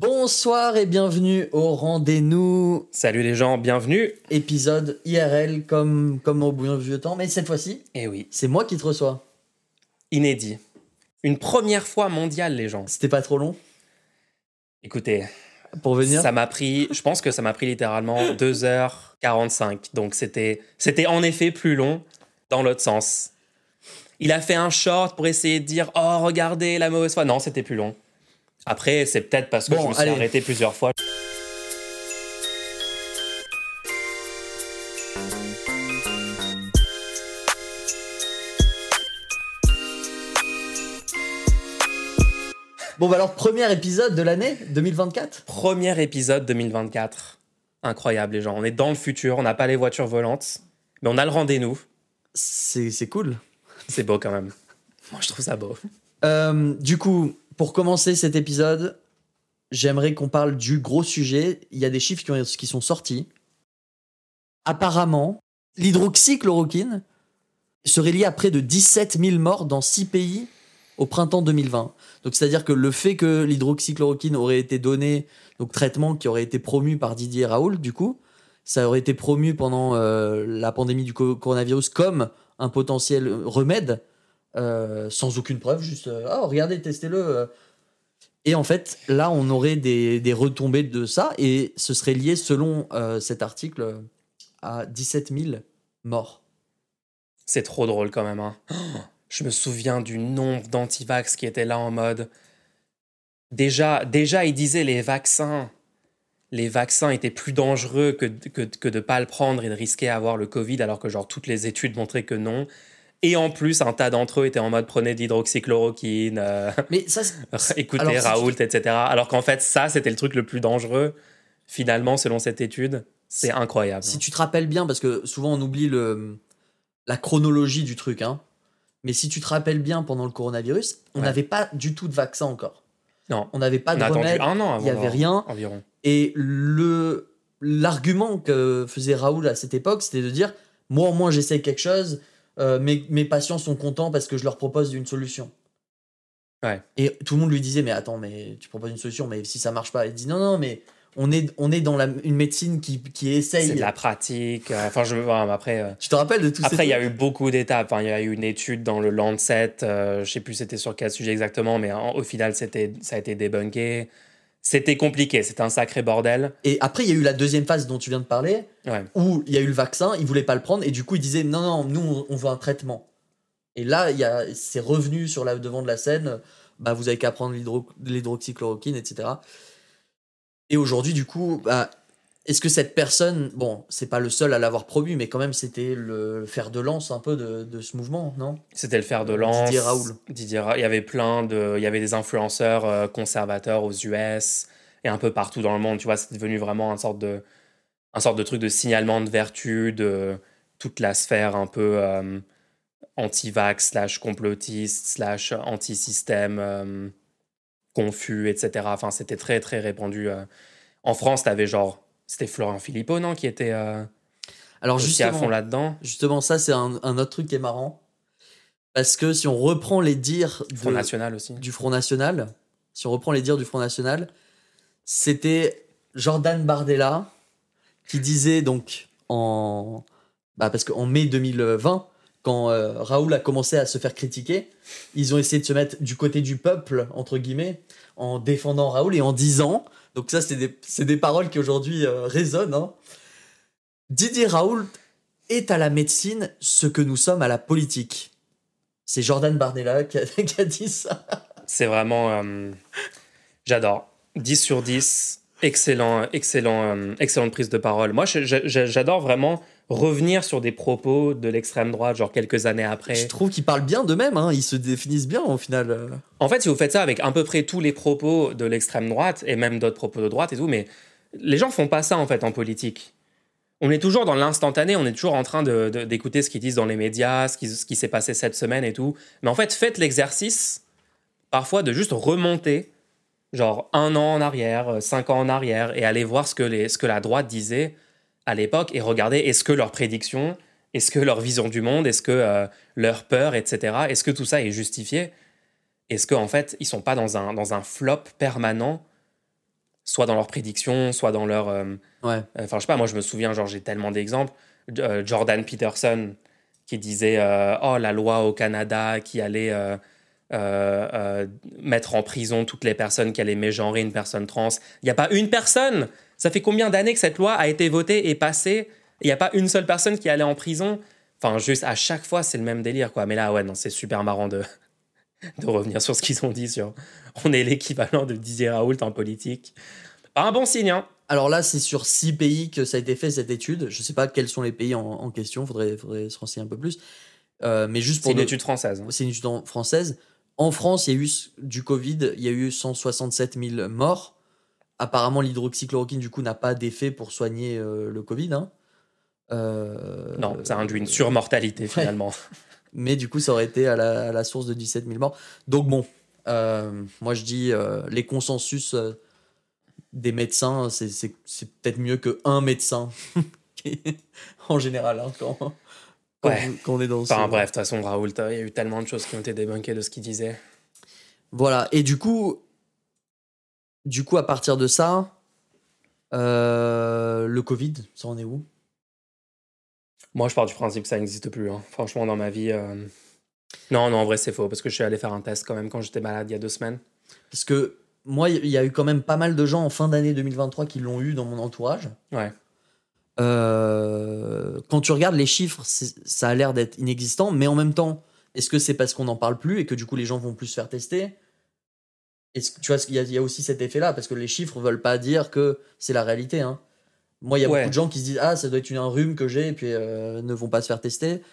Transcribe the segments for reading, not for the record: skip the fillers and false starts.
Bonsoir et bienvenue au Rendez-nous. Salut les gens, bienvenue. Épisode IRL comme au bon vieux temps, mais cette fois-ci, Eh oui, c'est moi qui te reçois. inédit. Une première fois mondiale, les gens. C'était pas trop long Écoutez, pour venir? je pense que ça m'a pris littéralement 2h45. Donc c'était en effet plus long dans l'autre sens. Il a fait un short pour essayer de dire « Oh, regardez la mauvaise foi ». Non, c'était plus long. Après, c'est peut-être parce que je me suis arrêté plusieurs fois. Bon bah alors, premier épisode de l'année 2024. Premier épisode 2024. Incroyable, les gens. On est dans le futur, on n'a pas les voitures volantes, mais on a le rendez-nous. C'est cool. C'est beau quand même. Moi, je trouve ça beau. Du coup, pour commencer cet épisode, j'aimerais qu'on parle du gros sujet. Il y a des chiffres qui sont sortis. Apparemment, l'hydroxychloroquine serait lié à près de 17 000 morts dans 6 pays au printemps 2020. Donc, c'est-à-dire que le fait que l'hydroxychloroquine aurait été donné, donc traitement qui aurait été promu par Didier Raoult, du coup, ça aurait été promu pendant la pandémie du coronavirus comme un potentiel remède, sans aucune preuve, juste oh, regardez, testez-le. Et en fait, là, on aurait des retombées de ça, et ce serait lié, selon cet article, à 17 000 morts. C'est trop drôle quand même. Hein. Je me souviens du nombre d'antivax qui étaient là en mode... Déjà, ils disaient les vaccins étaient plus dangereux que de pas le prendre et de risquer d'avoir le Covid, alors que genre toutes les études montraient que non. Et en plus, un tas d'entre eux étaient en mode prenez de l'hydroxychloroquine, Mais ça, écoutez alors, Raoult, etc. Alors qu'en fait, ça, c'était le truc le plus dangereux, finalement, selon cette étude. C'est incroyable. Si tu te rappelles bien, parce que souvent on oublie la chronologie du truc, hein. Mais si tu te rappelles bien, pendant le coronavirus, on n'avait pas du tout de vaccin encore. Non. On n'avait pas de attendu remède, un an avant. Il n'y avait rien. Environ. Et l'argument que faisait Raoult à cette époque, c'était de dire moi au moins j'essaie quelque chose, mes patients sont contents parce que je leur propose une solution. Ouais. Et tout le monde lui disait mais attends, mais tu proposes une solution, mais si ça marche pas, il dit non, mais on est dans une médecine qui essaye. C'est de la pratique. Après. Tu te rappelles de tout ça? Après, il y a eu beaucoup d'étapes. Enfin, il y a eu une étude dans le Lancet. Je sais plus c'était sur quel sujet exactement, mais au final, ça a été débunké. C'était compliqué. C'était un sacré bordel. Et après, il y a eu la deuxième phase dont tu viens de parler, Ouais. où il y a eu le vaccin, ils voulaient pas le prendre, et du coup, ils disaient non, nous, on veut un traitement. Et là, c'est revenu sur le devant de la scène, bah, vous avez qu'à prendre l'hydroxychloroquine, etc. Et aujourd'hui, du coup, bah, est-ce que cette personne, bon, c'est pas le seul à l'avoir promu, mais quand même, c'était le fer de lance un peu de ce mouvement, non? C'était le fer de lance. Didier Raoult. Il y avait il y avait des influenceurs conservateurs aux US et un peu partout dans le monde. Tu vois, c'était devenu vraiment un sorte de truc de signalement de vertu de toute la sphère un peu anti-vax / complotiste / anti-système confus, etc. Enfin, c'était très, très répandu. En France, c'était Florent Philippot, non, qui était Alors aussi à fond là-dedans. Justement, ça, c'est un autre truc qui est marrant. Parce que si on reprend les dires du Front National aussi. Du Front National, c'était Jordan Bardella qui disait donc parce qu'en mai 2020, quand Raoult a commencé à se faire critiquer, ils ont essayé de se mettre du côté du peuple, entre guillemets, en défendant Raoult et en disant, donc ça c'est des paroles qui aujourd'hui résonnent, hein. Didier Raoult est à la médecine ce que nous sommes à la politique. C'est Jordan Bardella qui a dit ça. C'est vraiment... j'adore. 10 sur 10. Excellente prise de parole. Moi, j'adore vraiment revenir sur des propos de l'extrême droite, genre quelques années après. Je trouve qu'ils parlent bien d'eux-mêmes, hein. Ils se définissent bien au final. En fait, si vous faites ça avec à peu près tous les propos de l'extrême droite, et même d'autres propos de droite et tout, mais les gens font pas ça en fait en politique. On est toujours dans l'instantané, on est toujours en train d'écouter ce qu'ils disent dans les médias, ce qui s'est passé cette semaine et tout. Mais en fait, faites l'exercice, parfois, de juste remonter, genre 1 an en arrière, 5 ans en arrière, et aller voir ce que la droite disait à l'époque, et regarder est-ce que leurs prédictions, est-ce que leur vision du monde, est-ce que leur peur, etc., est-ce que tout ça est justifié? Est-ce qu'en fait, ils sont pas dans un flop permanent soit dans leurs prédictions, soit dans leur... Ouais. Enfin, je sais pas, moi je me souviens, genre j'ai tellement d'exemples. Jordan Peterson qui disait oh, la loi au Canada qui allait mettre en prison toutes les personnes qui allaient mégenrer une personne trans. Il n'y a pas une personne. Ça fait combien d'années que cette loi a été votée et passée? Il n'y a pas une seule personne qui allait en prison. Enfin, juste à chaque fois, c'est le même délire, quoi. Mais là, ouais, non, c'est super marrant de revenir sur ce qu'ils ont dit sur on est l'équivalent de Didier Raoult en politique. Pas un bon signe, hein. Alors là, c'est sur 6 pays que ça a été fait, cette étude. Je sais pas quels sont les pays en question, faudrait se renseigner un peu plus. Mais juste pour C'est une étude française. Hein. C'est une étude française. En France, il y a eu du Covid, il y a eu 167 000 morts. Apparemment, l'hydroxychloroquine, du coup, n'a pas d'effet pour soigner le Covid. Hein. Non, ça induit une surmortalité, finalement. Mais du coup, ça aurait été à la source de 17 000 morts. Donc bon, moi je dis, les consensus des médecins, c'est peut-être mieux qu'un médecin, en général, hein, quand on est dans enfin bref, de toute façon, Raoult, il y a eu tellement de choses qui ont été débunkées de ce qu'il disait. Voilà, et du coup, à partir de ça, le Covid, ça en est où? Moi, je pars du principe que ça n'existe plus. Hein. Franchement, dans ma vie... Non, en vrai, c'est faux, parce que je suis allé faire un test quand même quand j'étais malade il y a 2 semaines. Parce que moi, il y a eu quand même pas mal de gens en fin d'année 2023 qui l'ont eu dans mon entourage. Ouais. Quand tu regardes les chiffres, ça a l'air d'être inexistant, mais en même temps, est-ce que c'est parce qu'on n'en parle plus et que du coup les gens vont plus se faire tester? Tu vois, il y a aussi cet effet-là, parce que les chiffres veulent pas dire que c'est la réalité. Hein. Moi, il y a beaucoup de gens qui se disent « Ah, ça doit être un rhume que j'ai », et puis ne vont pas se faire tester.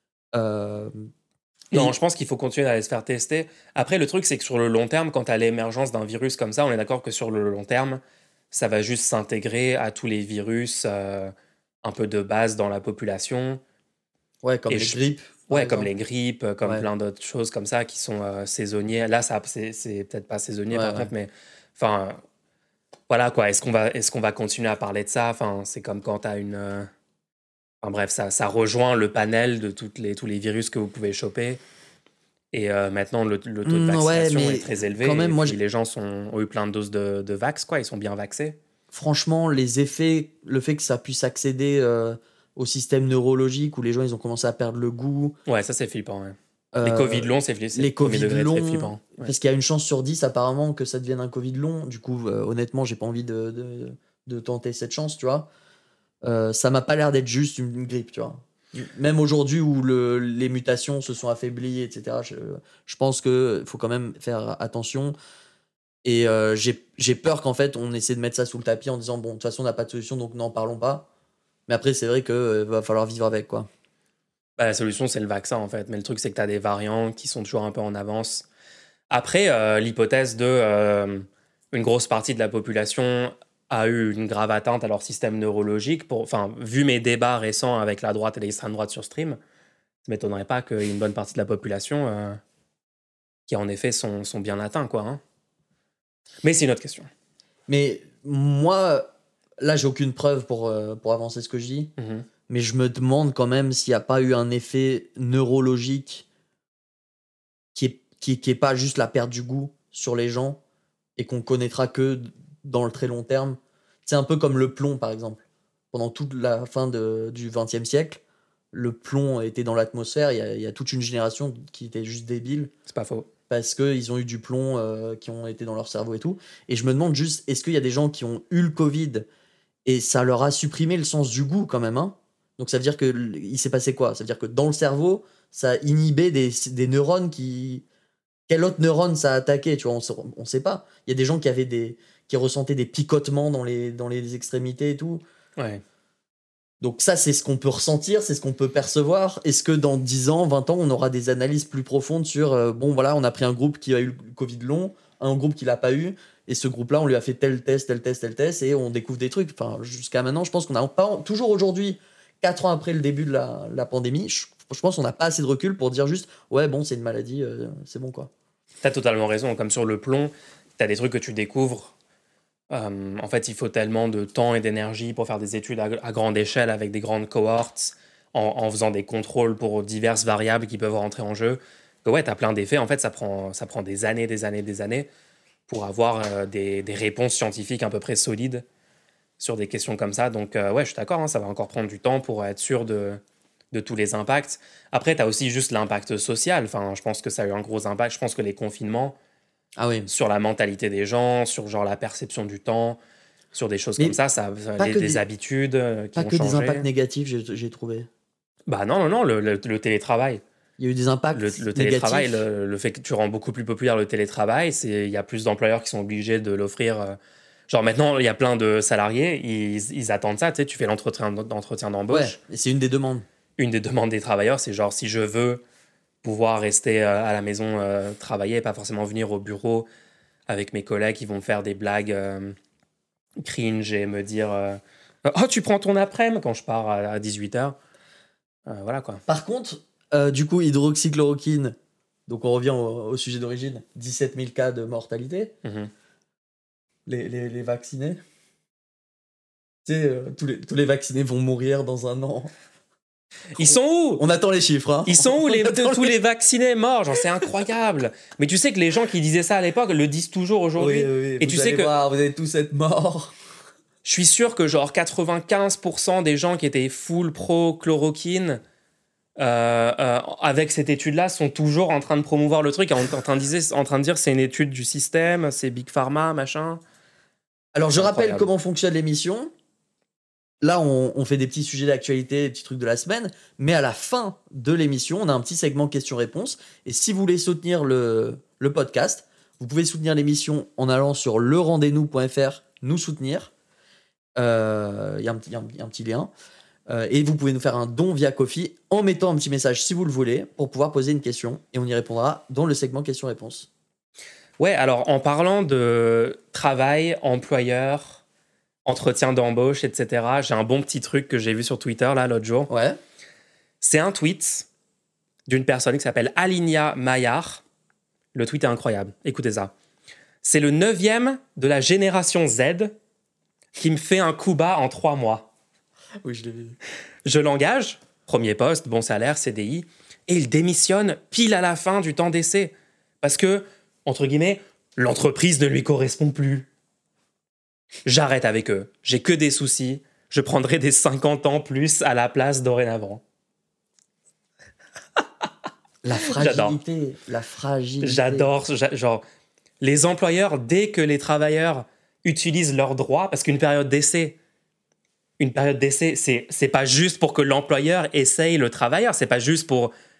Non, je pense qu'il faut continuer à aller se faire tester. Après, le truc, c'est que sur le long terme, quand tu as l'émergence d'un virus comme ça, on est d'accord que sur le long terme, ça va juste s'intégrer à tous les virus un peu de base dans la population. Ouais, comme les grippes. Ouais, comme les grippes, comme plein d'autres choses comme ça qui sont saisonnières. Là, c'est peut-être pas saisonnier par contre, mais enfin, voilà quoi. Est-ce qu'on va continuer à parler de ça? Enfin, c'est comme quand tu as une... Enfin bref, ça rejoint le panel de tous les virus que vous pouvez choper. Et maintenant, le taux de vaccination est très élevé. Quand même, les gens ont eu plein de doses de vax, quoi. Ils sont bien vaxés. Franchement, les effets, le fait que ça puisse accéder au système neurologique où les gens ils ont commencé à perdre le goût. Ouais, ça c'est flippant. Ouais. Les Covid longs, c'est flippant. Les Covid longs, très flippant. Ouais. Parce qu'il y a une chance sur 10 apparemment que ça devienne un Covid long. Du coup, honnêtement, j'ai pas envie de tenter cette chance, tu vois. Ça m'a pas l'air d'être juste une grippe, tu vois. Même aujourd'hui où les mutations se sont affaiblies, etc., je pense qu'il faut quand même faire attention. Et j'ai peur qu'en fait, on essaie de mettre ça sous le tapis en disant, bon, de toute façon, on n'a pas de solution, donc n'en parlons pas. Mais après, c'est vrai qu'il va falloir vivre avec, quoi. Bah, la solution, c'est le vaccin, en fait. Mais le truc, c'est que tu as des variants qui sont toujours un peu en avance. Après, l'hypothèse de une grosse partie de la population a eu une grave atteinte à leur système neurologique. Vu mes débats récents avec la droite et l'extrême droite sur stream, ça ne m'étonnerait pas qu'il y ait une bonne partie de la population qui, en effet, sont bien atteints, quoi. Hein. Mais c'est une autre question. Mais moi, là, j'ai aucune preuve pour avancer ce que je dis. Mm-hmm. Mais je me demande quand même s'il n'y a pas eu un effet neurologique qui est pas juste la perte du goût sur les gens et qu'on connaîtra que dans le très long terme. C'est un peu comme le plomb, par exemple. Pendant toute la fin du XXe siècle, le plomb était dans l'atmosphère. Il y a toute une génération qui était juste débile. C'est pas faux. Parce qu'ils ont eu du plomb qui ont été dans leur cerveau et tout. Et je me demande juste, est-ce qu'il y a des gens qui ont eu le Covid et ça leur a supprimé le sens du goût quand même, hein? Donc ça veut dire qu'il s'est passé quoi? Ça veut dire que dans le cerveau, ça a inhibé des neurones qui... Quel autre neurone ça a attaqué? Tu vois, on sait pas. Il y a des gens qui ressentaient des picotements dans les extrémités et tout. Ouais. Donc ça, c'est ce qu'on peut ressentir, c'est ce qu'on peut percevoir. Est-ce que dans 10 ans, 20 ans, on aura des analyses plus profondes sur, bon voilà, on a pris un groupe qui a eu le Covid long, un groupe qui l'a pas eu, et ce groupe-là, on lui a fait tel test, et on découvre des trucs. Enfin, jusqu'à maintenant, je pense qu'on n'a pas, toujours aujourd'hui, 4 ans après le début de la pandémie, je pense qu'on n'a pas assez de recul pour dire juste, ouais, bon, c'est une maladie, c'est bon, quoi. T'as totalement raison. Comme sur le plomb, t'as des trucs que tu découvres. En fait, il faut tellement de temps et d'énergie pour faire des études à grande échelle avec des grandes cohortes, en faisant des contrôles pour diverses variables qui peuvent rentrer en jeu. Que ouais, t'as plein d'effets. En fait, ça prend des années. pour avoir des réponses scientifiques à peu près solides sur des questions comme ça. Donc, ouais, je suis d'accord, hein, ça va encore prendre du temps pour être sûr de tous les impacts. Après, tu as aussi juste l'impact social. Enfin, je pense que ça a eu un gros impact. Je pense que les confinements, sur la mentalité des gens, sur genre la perception du temps, sur des choses comme ça des habitudes qui pas vont que changer. des impacts négatifs, j'ai trouvé. Bah non, le télétravail. Il y a eu des impacts Le télétravail, négatifs. le fait que tu rends beaucoup plus populaire le télétravail, il y a plus d'employeurs qui sont obligés de l'offrir. Genre maintenant, il y a plein de salariés, ils attendent ça. Tu sais, tu fais l'entretien d'embauche. Ouais, et c'est une des demandes. Une des demandes des travailleurs, c'est genre si je veux pouvoir rester à la maison travailler, pas forcément venir au bureau avec mes collègues qui vont me faire des blagues cringe et me dire oh, tu prends ton après-midi quand je pars à 18h. Voilà quoi. Par contre, du coup, hydroxychloroquine, donc on revient au sujet d'origine, 17 000 cas de mortalité. Mm-hmm. Les vaccinés. Tu sais, tous les vaccinés vont mourir dans un an. Ils sont où? On attend les chiffres. Hein. Ils sont où tous les vaccinés morts? Genre, c'est incroyable. Mais tu sais que les gens qui disaient ça à l'époque le disent toujours aujourd'hui. Oui. Et tu sais que vous allez tous être morts. Je suis sûr que genre 95% des gens qui étaient full pro chloroquine avec cette étude-là sont toujours en train de promouvoir le truc, en train de dire c'est une étude du système, c'est Big Pharma, machin. Alors, je rappelle comment fonctionne l'émission. Là, on fait des petits sujets d'actualité, des petits trucs de la semaine, mais à la fin de l'émission, on a un petit segment questions-réponses. Et si vous voulez soutenir le podcast, vous pouvez soutenir l'émission en allant sur lerandezvous.fr, nous soutenir. Il y a un petit lien. Et vous pouvez nous faire un don via Ko-fi en mettant un petit message si vous le voulez pour pouvoir poser une question. Et on y répondra dans le segment questions-réponses. Ouais, alors en parlant de travail, employeur, entretien d'embauche, etc. J'ai un bon petit truc que j'ai vu sur Twitter là l'autre jour. Ouais. C'est un tweet d'une personne qui s'appelle Alinia Maillard. Le tweet est incroyable. Écoutez ça. C'est le 9e de la génération Z qui me fait un coup bas en 3 mois. Oui, je l'ai vu. Je l'engage, premier poste, bon salaire, CDI, et il démissionne pile à la fin du temps d'essai. Parce que, entre guillemets, l'entreprise ne lui correspond plus. J'arrête avec eux. J'ai que des soucis. Je prendrai des 50 ans plus à la place dorénavant. La fragilité. La fragilité. J'adore. Genre, les employeurs, dès que les travailleurs utilisent leurs droits, parce qu'une période d'essai, c'est pas juste pour que l'employeur essaye le travailleur. C'est pas juste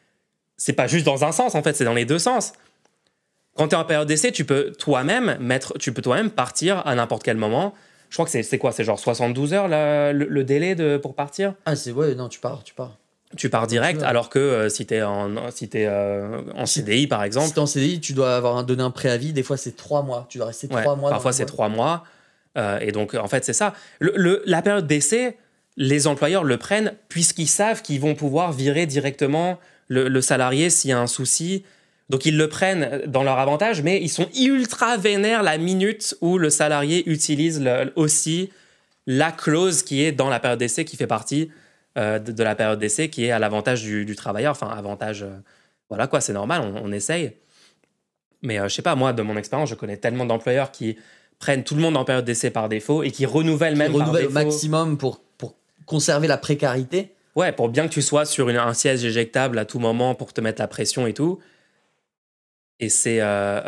dans un sens, en fait. C'est dans les deux sens. Quand tu es en période d'essai, tu peux toi-même partir à n'importe quel moment. Je crois que c'est quoi? C'est genre 72 heures le délai pour partir? Ah, non, tu pars. Tu pars direct, alors que si tu es en CDI, par exemple... Si tu es en CDI, tu dois donner un préavis. Des fois, c'est 3 mois. Tu dois rester 3 mois. Parfois, c'est 3 mois. Et donc, en fait, c'est ça. La période d'essai, les employeurs le prennent puisqu'ils savent qu'ils vont pouvoir virer directement le salarié s'il y a un souci. Donc, ils le prennent dans leur avantage, mais ils sont ultra vénères la minute où le salarié utilise aussi la clause qui est dans la période d'essai, qui fait partie de la période d'essai, qui est à l'avantage du travailleur. Enfin, avantage... voilà, quoi, c'est normal, on essaye. Mais je sais pas, moi, de mon expérience, je connais tellement d'employeurs qui prennent tout le monde en période d'essai par défaut et qui renouvellent par défaut. Au maximum pour conserver la précarité. Ouais, pour bien que tu sois sur un siège éjectable à tout moment pour te mettre la pression et tout. Et c'est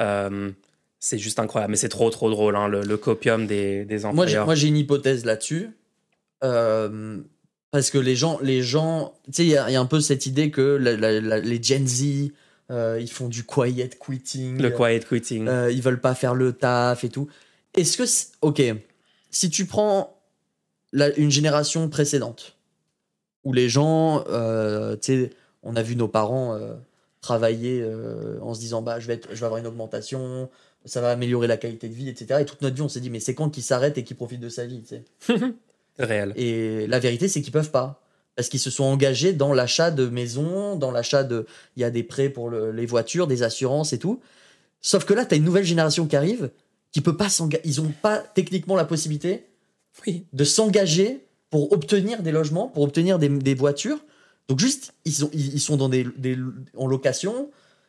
juste incroyable. Mais c'est trop drôle, hein, le copium des employeurs. Moi, j'ai une hypothèse là-dessus. Parce que les gens, tu sais, il y a un peu cette idée que les Gen Z, ils font du quiet quitting. Le quiet quitting. Ils veulent pas faire le taf et tout. Est-ce que, ok, si tu prends une génération précédente, où les gens, tu sais, on a vu nos parents travailler en se disant, bah, je vais avoir une augmentation, ça va améliorer la qualité de vie, etc. Et toute notre vie, on s'est dit, mais c'est quand qu'ils s'arrêtent et qu'ils profitent de sa vie, tu sais. Réel. Et la vérité, c'est qu'ils peuvent pas. Parce qu'ils se sont engagés dans l'achat de maisons, dans l'achat de... Il y a des prêts pour les voitures, des assurances et tout. Sauf que là, tu as une nouvelle génération qui arrive, qui peut pas s'engager. Ils n'ont pas techniquement la possibilité de s'engager pour obtenir des logements, pour obtenir des voitures. Donc juste, ils sont en location.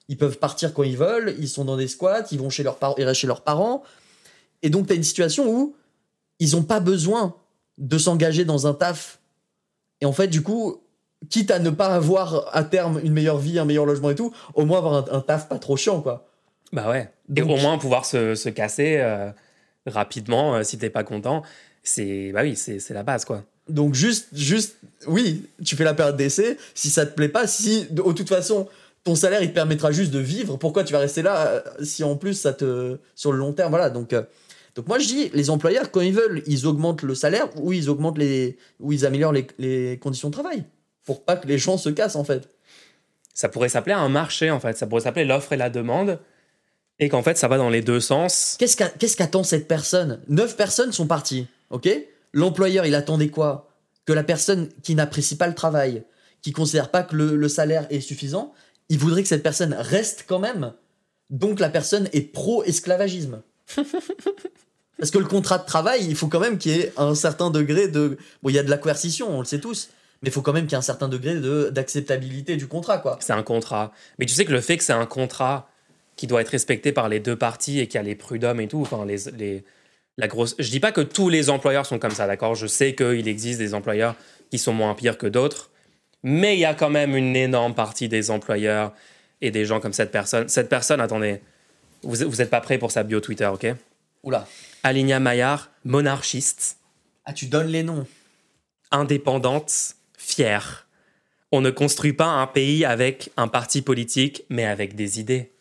Ils peuvent partir quand ils veulent, ils sont dans des squats, ils vont ils restent chez leurs parents. Et donc, tu as une situation où ils n'ont pas besoin de s'engager dans un taf. Et en fait, du coup, quitte à ne pas avoir à terme une meilleure vie, un meilleur logement et tout, au moins avoir un taf pas trop chiant, quoi. Bah ouais. Donc- Et au moins pouvoir se casser rapidement si t'es pas content. Bah oui, c'est la base, quoi. Donc juste, oui, tu fais la période d'essai. Si ça te plaît pas, si de toute façon ton salaire il te permettra juste de vivre, pourquoi tu vas rester là si en plus sur le long terme, voilà. Donc moi je dis, les employeurs quand ils veulent, ils augmentent le salaire ou ils améliorent les conditions de travail pour pas que les gens se cassent en fait. Ça pourrait s'appeler un marché, en fait. Ça pourrait s'appeler l'offre et la demande. Et qu'en fait, ça va dans les deux sens. Qu'est-ce qu'attend cette personne? 9 personnes sont parties, ok? L'employeur, il attendait quoi? Que la personne qui n'apprécie pas le travail, qui considère pas que le salaire est suffisant, il voudrait que cette personne reste quand même. Donc la personne est pro-esclavagisme. Parce que le contrat de travail, il faut quand même qu'il y ait un certain degré de... Bon, il y a de la coercition, on le sait tous. Mais il faut quand même qu'il y ait un certain degré d'acceptabilité du contrat, quoi. C'est un contrat. Mais tu sais que le fait que c'est un contrat qui doit être respecté par les deux parties et qu'il y a les prud'hommes et tout, enfin, la grosse... Je dis pas que tous les employeurs sont comme ça, d'accord? Je sais qu'il existe des employeurs qui sont moins pires que d'autres, mais il y a quand même une énorme partie des employeurs et des gens comme cette personne. Cette personne, attendez, vous êtes pas prêts pour sa bio Twitter, ok? Oula. Aligna Maillard, monarchiste, Ah, tu donnes les noms. indépendante, fière. On ne construit pas un pays avec un parti politique, mais avec des idées.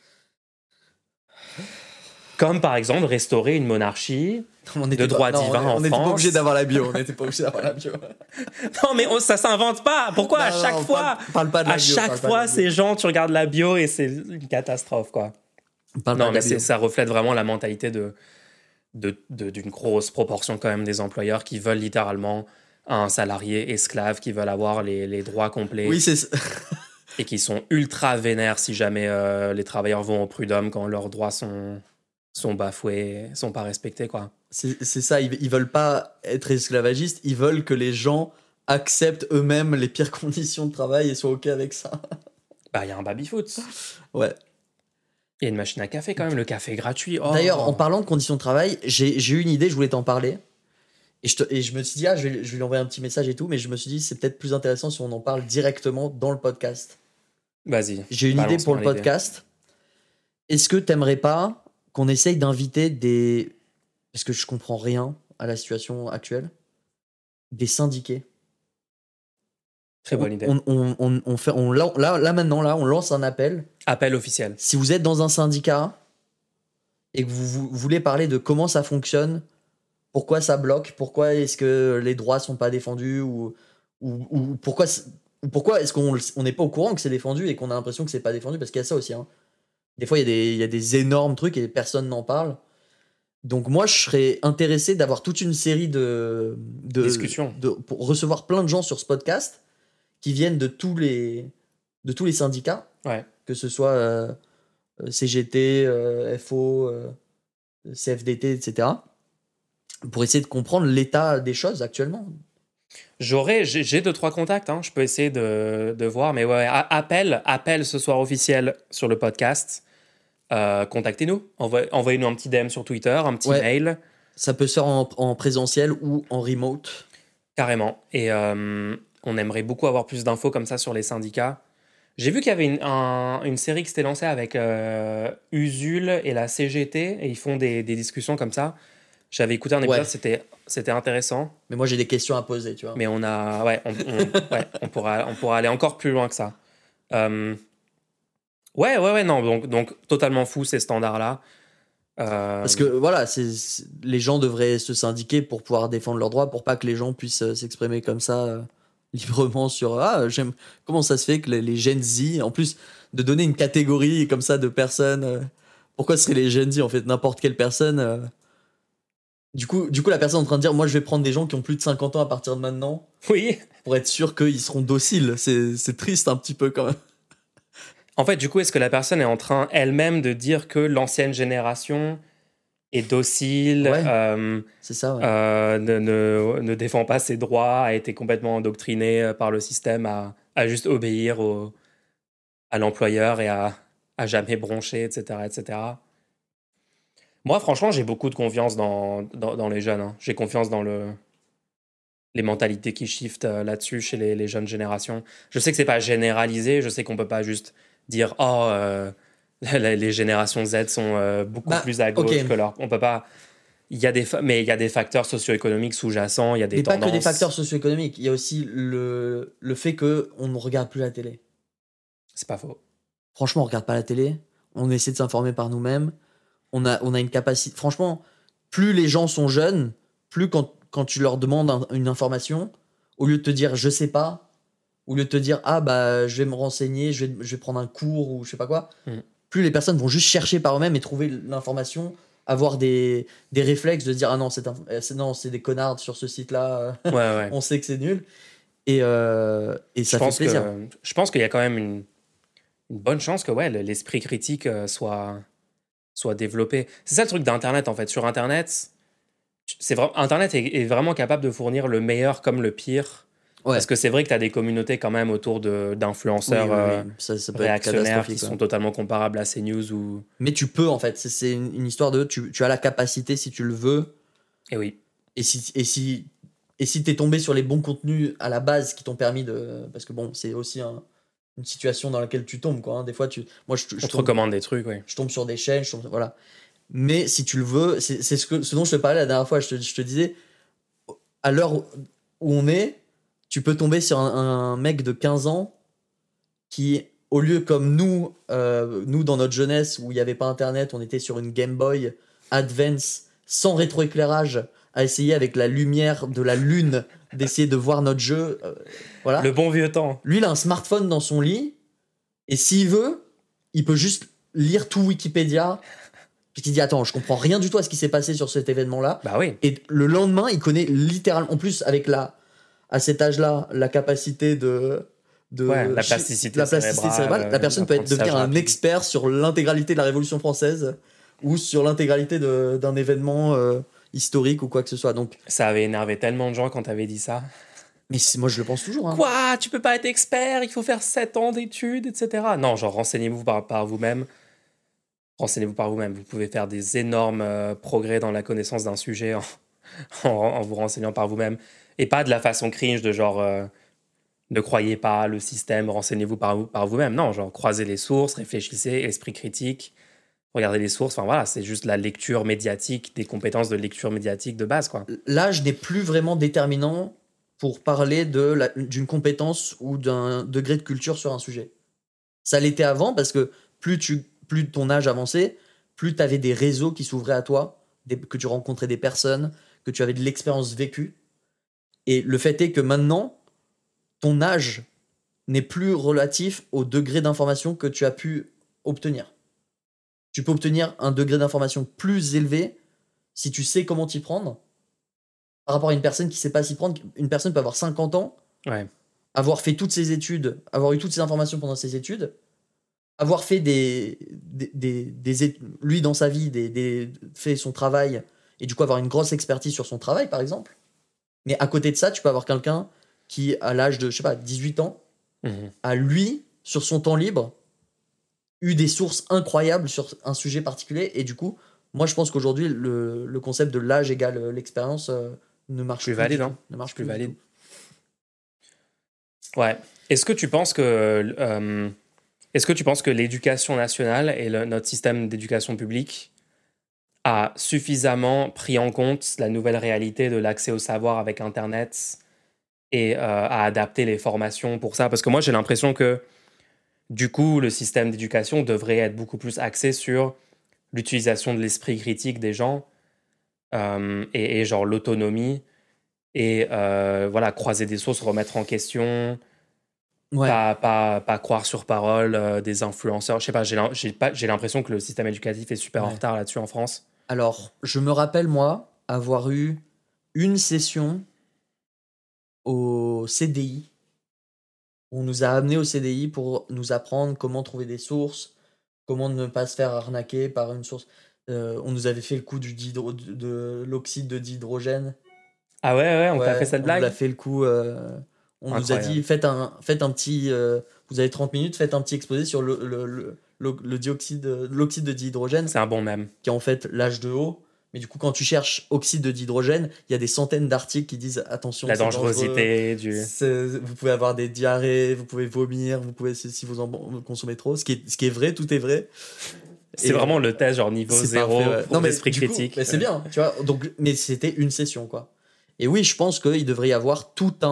Comme par exemple restaurer une monarchie de droit divin en France. On n'était pas obligé d'avoir la bio. On n'était pas obligé d'avoir la bio. Non, mais ça s'invente pas. Pourquoi à chaque fois, parle pas de la bio, chaque fois, ces gens, tu regardes la bio et c'est une catastrophe, quoi. Non, mais ça reflète vraiment la mentalité d'une grosse proportion quand même des employeurs qui veulent littéralement un salarié esclave, qui veulent avoir les droits complets. Oui, c'est ça. Et qui sont ultra vénères si jamais les travailleurs vont au prud'homme quand leurs droits sont bafoués, sont pas respectés, quoi. C'est ça, ils veulent pas être esclavagistes, ils veulent que les gens acceptent eux-mêmes les pires conditions de travail et soient OK avec ça. Bah, il y a un baby-foot. Ouais. Il y a une machine à café quand même, le café gratuit. Oh. D'ailleurs, en parlant de conditions de travail, j'ai eu une idée, je voulais t'en parler. Et je me suis dit, je vais lui envoyer un petit message et tout, mais je me suis dit, c'est peut-être plus intéressant si on en parle directement dans le podcast. Vas-y. J'ai une idée pour le podcast. Est-ce que t'aimerais pas qu'on essaye d'inviter des... Parce que je comprends rien à la situation actuelle. Des syndiqués. Très bonne idée. Là maintenant, on lance un appel. Appel officiel. Si vous êtes dans un syndicat et que vous voulez parler de comment ça fonctionne, pourquoi ça bloque, pourquoi est-ce que les droits sont pas défendus ou pourquoi est-ce qu'on n'est pas au courant que c'est défendu et qu'on a l'impression que c'est pas défendu, parce qu'il y a ça aussi, hein. Des fois, il y a des énormes trucs et personne n'en parle. Donc moi, je serais intéressé d'avoir toute une série de discussions pour recevoir plein de gens sur ce podcast qui viennent de tous les syndicats, ouais. Que ce soit CGT, FO, CFDT, etc., pour essayer de comprendre l'état des choses actuellement. J'ai 2-3 contacts, hein. Je peux essayer de voir, mais ouais, appel ce soir officiel sur le podcast. Contactez-nous, envoyez-nous un petit DM sur Twitter, un petit mail. Ça peut se faire en présentiel ou en remote. Carrément. Et on aimerait beaucoup avoir plus d'infos comme ça sur les syndicats. J'ai vu qu'il y avait une série qui s'était lancée avec Usul et la CGT, et ils font des discussions comme ça. J'avais écouté un épisode, c'était intéressant. Mais moi, j'ai des questions à poser, tu vois. Mais on pourra aller encore plus loin que ça. Non, donc totalement fou ces standards-là. Parce que voilà, les gens devraient se syndiquer pour pouvoir défendre leurs droits, pour pas que les gens puissent s'exprimer comme ça librement sur comment ça se fait que les Gen Z, en plus de donner une catégorie comme ça de personnes, pourquoi ce seraient les Gen Z en fait, n'importe quelle personne. Du coup, la personne est en train de dire, moi je vais prendre des gens qui ont plus de 50 ans à partir de maintenant. Oui. Pour être sûr qu'ils seront dociles. C'est triste un petit peu quand même. En fait, du coup, est-ce que la personne est en train elle-même de dire que l'ancienne génération est docile, c'est ça, ne défend pas ses droits, a été complètement endoctrinée par le système à juste obéir à l'employeur et à à jamais broncher, etc., etc. Moi, franchement, j'ai beaucoup de confiance dans les jeunes, hein. J'ai confiance dans les mentalités qui shiftent là-dessus chez les jeunes générations. Je sais que c'est pas généralisé, je sais qu'on peut pas juste dire oh les générations Z sont beaucoup plus à gauche ok. que leur. On peut pas. Mais il y a des facteurs socio-économiques sous-jacents, il y a des Mais pas que des tendances. facteurs socio-économiques. Il y a aussi le fait qu'on ne regarde plus la télé. C'est pas faux. Franchement, on regarde pas la télé. On essaie de s'informer par nous-mêmes. On a une capacité. Franchement, plus les gens sont jeunes, plus quand tu leur demandes une information, au lieu de te dire je sais pas, au lieu de te dire ah bah je vais me renseigner, je vais prendre un cours ou je sais pas quoi, plus les personnes vont juste chercher par eux-mêmes et trouver l'information, avoir des réflexes de dire ah non, non, c'est des connards sur ce site-là, Ouais. on sait que c'est nul. Et ça fait plaisir. Je pense qu'il y a quand même une bonne chance que ouais, l'esprit critique soit développé. C'est ça le truc d'Internet en fait. Sur Internet, Internet est vraiment capable de fournir le meilleur comme le pire. Ouais. Parce que c'est vrai que tu as des communautés quand même autour d'influenceurs Oui. Ça peut être réactionnaires qui catastrophique, sont totalement comparables à CNews ou... Mais tu peux en fait, c'est une histoire de tu as la capacité si tu le veux. Et oui. Et si t'es tombé sur les bons contenus à la base qui t'ont permis de. Parce que bon, c'est aussi une situation dans laquelle tu tombes, quoi, hein. Des fois, moi, On te recommande des trucs, oui. Je tombe sur des chaînes, voilà. Mais si tu le veux, c'est ce dont je te parlais la dernière fois. Je te disais, à l'heure où on est, tu peux tomber sur un mec de 15 ans qui, au lieu comme nous dans notre jeunesse où il n'y avait pas Internet, on était sur une Game Boy Advance sans rétroéclairage à essayer avec la lumière de la lune d'essayer de voir notre jeu. Voilà. Le bon vieux temps. Lui, il a un smartphone dans son lit et s'il veut, il peut juste lire tout Wikipédia. Puis il dit attends, je comprends rien du tout à ce qui s'est passé sur cet événement-là. Bah oui. Et le lendemain, il connaît littéralement, en plus avec à cet âge-là, la capacité la plasticité cérébrale. La personne peut devenir un expert sur l'intégralité de la Révolution française ou sur l'intégralité d'un événement historique ou quoi que ce soit. Donc, ça avait énervé tellement de gens quand t'avais dit ça. Mais moi, je le pense toujours. Hein. Quoi? Tu peux pas être expert? Il faut faire 7 ans d'études, etc. Non, genre, renseignez-vous par vous-même. Renseignez-vous par vous-même. Vous pouvez faire des énormes progrès dans la connaissance d'un sujet en vous renseignant par vous-même. Et pas de la façon cringe de genre... ne croyez pas le système, renseignez-vous par vous-même. Non, genre, croisez les sources, réfléchissez, esprit critique, regardez les sources. Enfin voilà, c'est juste la lecture médiatique, des compétences de lecture médiatique de base, quoi. L'âge n'est plus vraiment déterminant pour parler d'une compétence ou d'un degré de culture sur un sujet. Ça l'était avant parce que plus ton âge avançait, plus tu avais des réseaux qui s'ouvraient à toi, que tu rencontrais des personnes, que tu avais de l'expérience vécue. Et le fait est que maintenant, ton âge n'est plus relatif au degré d'information que tu as pu obtenir. Tu peux obtenir un degré d'information plus élevé si tu sais comment t'y prendre par rapport à une personne qui ne sait pas s'y prendre. Une personne peut avoir 50 ans, avoir fait toutes ses études, avoir eu toutes ses informations pendant ses études, avoir fait lui dans sa vie, fait son travail et du coup avoir une grosse expertise sur son travail par exemple. Mais à côté de ça, tu peux avoir quelqu'un qui, à l'âge de, je sais pas, 18 ans, a lui, sur son temps libre, eu des sources incroyables sur un sujet particulier. Et du coup, moi je pense qu'aujourd'hui, le concept de l'âge égale l'expérience ne marche plus. Valide, hein. Ne marche plus valide. Ouais. Est-ce que tu penses que l'éducation nationale et notre système d'éducation publique a suffisamment pris en compte la nouvelle réalité de l'accès au savoir avec Internet et a adapté les formations pour ça? Parce que moi, j'ai l'impression que du coup, le système d'éducation devrait être beaucoup plus axé sur l'utilisation de l'esprit critique des gens et genre l'autonomie et voilà, croiser des sources, remettre en question, pas croire sur parole des influenceurs. Je sais pas, j'ai l'impression que le système éducatif est super en retard là-dessus en France. Alors, je me rappelle, moi, avoir eu une session au CDI. On nous a amenés au CDI pour nous apprendre comment trouver des sources, comment ne pas se faire arnaquer par une source. On nous avait fait le coup de l'oxyde de dihydrogène. Ah ouais, on t'a fait cette blague? On nous a fait le coup. On nous a dit, faites un petit... vous avez 30 minutes, faites un petit exposé sur l'oxyde de dihydrogène, C'est un bon mème. qui est en fait l'H2O. Mais du coup, quand tu cherches oxyde de dihydrogène, il y a des centaines d'articles qui disent attention, La c'est dangerosité du. vous pouvez avoir des diarrhées, vous pouvez vomir, vous pouvez si vous en consommez trop. Ce qui est vrai, tout est vrai. C'est vraiment le test genre niveau c'est 0 parfait, ouais. pour l'esprit du coup, critique. mais c'est bien, tu vois. Donc, mais c'était une session, quoi. Et oui, je pense qu'il devrait y avoir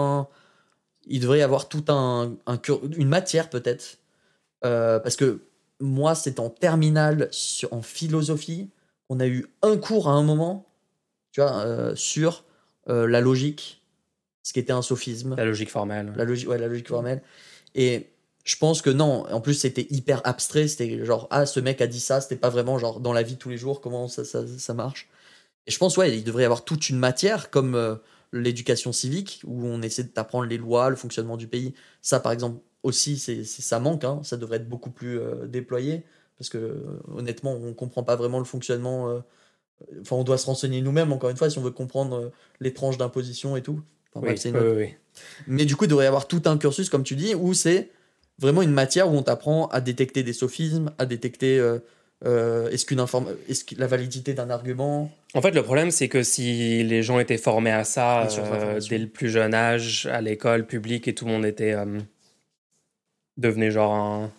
une matière peut-être, parce que moi, c'est en terminale en philosophie. On a eu un cours à un moment, tu vois, sur la logique, ce qui était un sophisme. La logique formelle. La logique formelle. Et je pense que non, en plus c'était hyper abstrait, c'était genre, ah, ce mec a dit ça, c'était pas vraiment genre dans la vie de tous les jours, comment ça marche. Et je pense, ouais, il devrait y avoir toute une matière comme l'éducation civique, où on essaie d'apprendre les lois, le fonctionnement du pays. Ça, par exemple, aussi, ça manque, hein, ça devrait être beaucoup plus déployé, parce que honnêtement, on comprend pas vraiment le fonctionnement. Enfin, on doit se renseigner nous-mêmes, encore une fois, si on veut comprendre les tranches d'imposition et tout. Enfin, bref, Oui. Mais du coup, il devrait y avoir tout un cursus, comme tu dis, où c'est vraiment une matière où on t'apprend à détecter des sophismes, à détecter est-ce que la validité d'un argument. En fait, le problème, c'est que si les gens étaient formés à ça Sur l'information. dès le plus jeune âge, à l'école publique, et tout le monde était devenait genre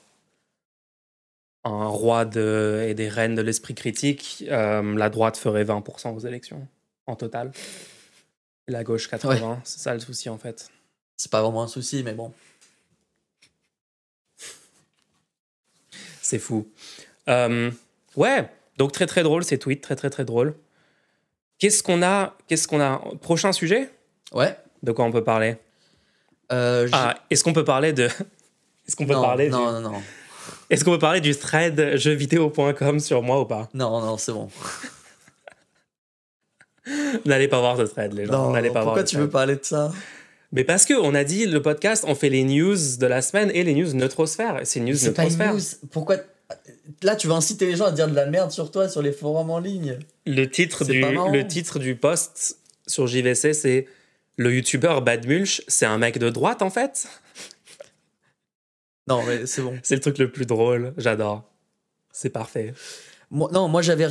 un roi et des reines de l'esprit critique, la droite ferait 20% aux élections en total. Et la gauche 80%. Ouais. C'est ça le souci, en fait. C'est pas vraiment un souci, mais bon. C'est fou. Ouais, donc très très drôle ces tweets, très très très drôle. Qu'est-ce qu'on a Prochain sujet? Ouais. De quoi on peut parler? Est-ce qu'on peut parler de... Est-ce qu'on peut parler non. Est-ce qu'on peut parler du thread jeuxvideo.com sur moi ou pas? Non, c'est bon. N'allez pas voir ce thread, les gens. N'allez pas voir pourquoi tu veux parler de ça? Mais parce qu'on a dit, le podcast, on fait les news de la semaine et les news Neutrosphère. C'est une news C'est pas Neutrosphère. une news. Pourquoi? Là, tu vas inciter les gens à dire de la merde sur toi sur les forums en ligne. Le titre du post sur JVC, c'est « Le youtubeur Bad Mulch, c'est un mec de droite, en fait ?» Non, mais c'est bon. C'est le truc le plus drôle. J'adore. C'est parfait. Moi j'avais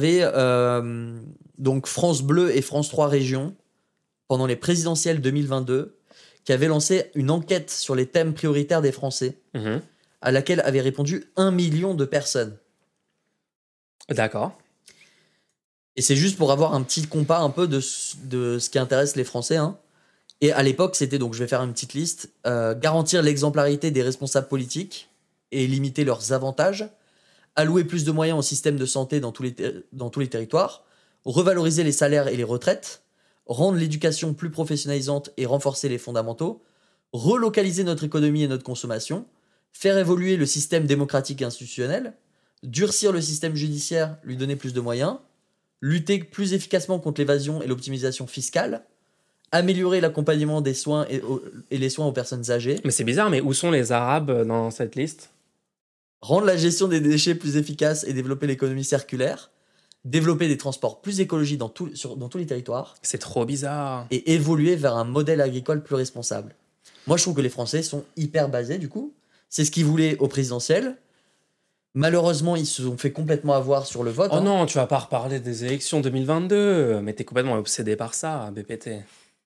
donc France Bleu et France 3 Régions pendant les présidentielles 2022 qui avaient lancé une enquête sur les thèmes prioritaires des Français à laquelle avaient répondu 1 million de personnes. D'accord. Et c'est juste pour avoir un petit compas un peu de ce qui intéresse les Français. Hein. Et à l'époque, c'était donc, je vais faire une petite liste, garantir l'exemplarité des responsables politiques et limiter leurs avantages, allouer plus de moyens au système de santé dans tous les territoires, revaloriser les salaires et les retraites, rendre l'éducation plus professionnalisante et renforcer les fondamentaux, relocaliser notre économie et notre consommation, faire évoluer le système démocratique et institutionnel, durcir le système judiciaire, lui donner plus de moyens, lutter plus efficacement contre l'évasion et l'optimisation fiscale, améliorer l'accompagnement des soins et les soins aux personnes âgées. Mais c'est bizarre, mais où sont les Arabes dans cette liste? Rendre la gestion des déchets plus efficace et développer l'économie circulaire, développer des transports plus écologiques dans tous les territoires. C'est trop bizarre. Et évoluer vers un modèle agricole plus responsable. Moi, je trouve que les Français sont hyper basés, du coup. C'est ce qu'ils voulaient au présidentiel. Malheureusement, ils se sont fait complètement avoir sur le vote. Oh non, tu vas pas reparler des élections 2022. Mais t'es complètement obsédé par ça, BPT.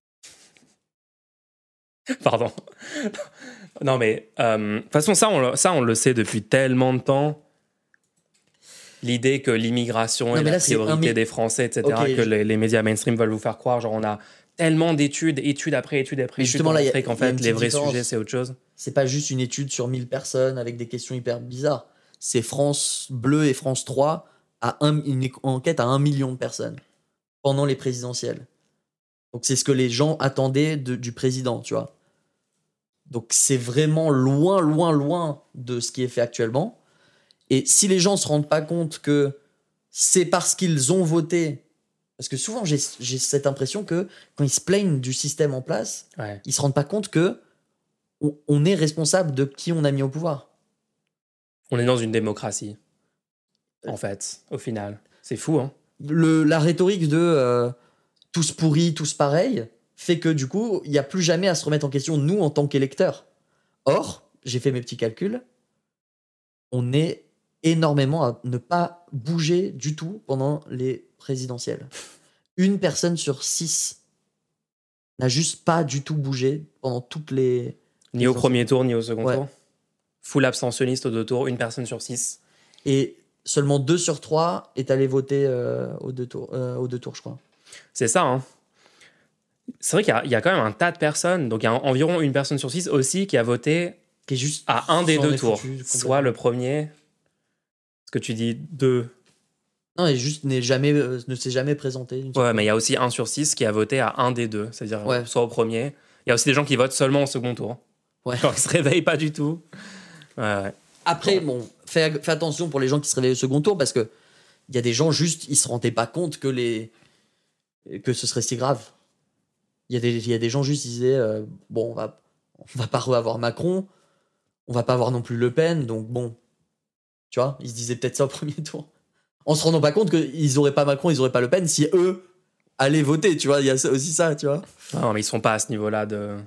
Pardon. Non, mais de toute façon, ça, on le sait depuis tellement de temps. L'idée que l'immigration est la priorité des Français, etc., okay, que les médias mainstream veulent vous faire croire. Genre, on a tellement d'études, étude après étude, justement, pour montrer qu'en fait, les vrais sujets, c'est autre chose. C'est pas juste une étude sur 1000 personnes avec des questions hyper bizarres. C'est France Bleu et France 3 une enquête à 1 million de personnes pendant les présidentielles. Donc, c'est ce que les gens attendaient du président, tu vois. Donc, c'est vraiment loin, loin, loin de ce qui est fait actuellement. Et si les gens ne se rendent pas compte que c'est parce qu'ils ont voté... Parce que souvent, j'ai cette impression que quand ils se plaignent du système en place, ouais, ils ne se rendent pas compte que on est responsable de qui on a mis au pouvoir. On est dans une démocratie, en fait, au final. C'est fou, hein. La rhétorique de tous pourris, tous pareils, fait que du coup, il n'y a plus jamais à se remettre en question, nous, en tant qu'électeurs. Or, j'ai fait mes petits calculs, on est énormément à ne pas bouger du tout pendant les présidentielles. Une personne sur 6 n'a juste pas du tout bougé pendant toutes les... Ni au premier tour, ni au second Ouais. tour. Full abstentionniste aux 2 tours, une personne sur 6. Et seulement 2 sur 3 est allé voter aux 2 tours, je crois. C'est ça, hein. C'est vrai qu'il y a quand même un tas de personnes, donc il y a environ une personne sur 6 aussi qui a voté Qui est juste à un des s'en 2 est tours. foutu Soit le premier, ce que tu dis 2. Non, et juste ne s'est jamais présenté. Ouais, mais il y a aussi 1 sur 6 qui a voté à un des 2, c'est-à-dire Ouais. soit au premier. Il y a aussi des gens qui votent seulement au second tour. Ouais. Genre, ils se réveillent pas du tout. Ouais. Après, bon, fais attention pour les gens qui se réveillent au second tour parce que il y a des gens juste, ils se rendaient pas compte que ce serait si grave. Il y a des gens juste, ils disaient bon, on va pas avoir Macron, on va pas avoir non plus Le Pen, donc bon, tu vois, ils se disaient peut-être ça au premier tour. En se rendant pas compte qu'ils auraient pas Macron, ils auraient pas Le Pen si eux allaient voter, tu vois, il y a aussi ça, tu vois. Non, mais ils sont pas à ce niveau-là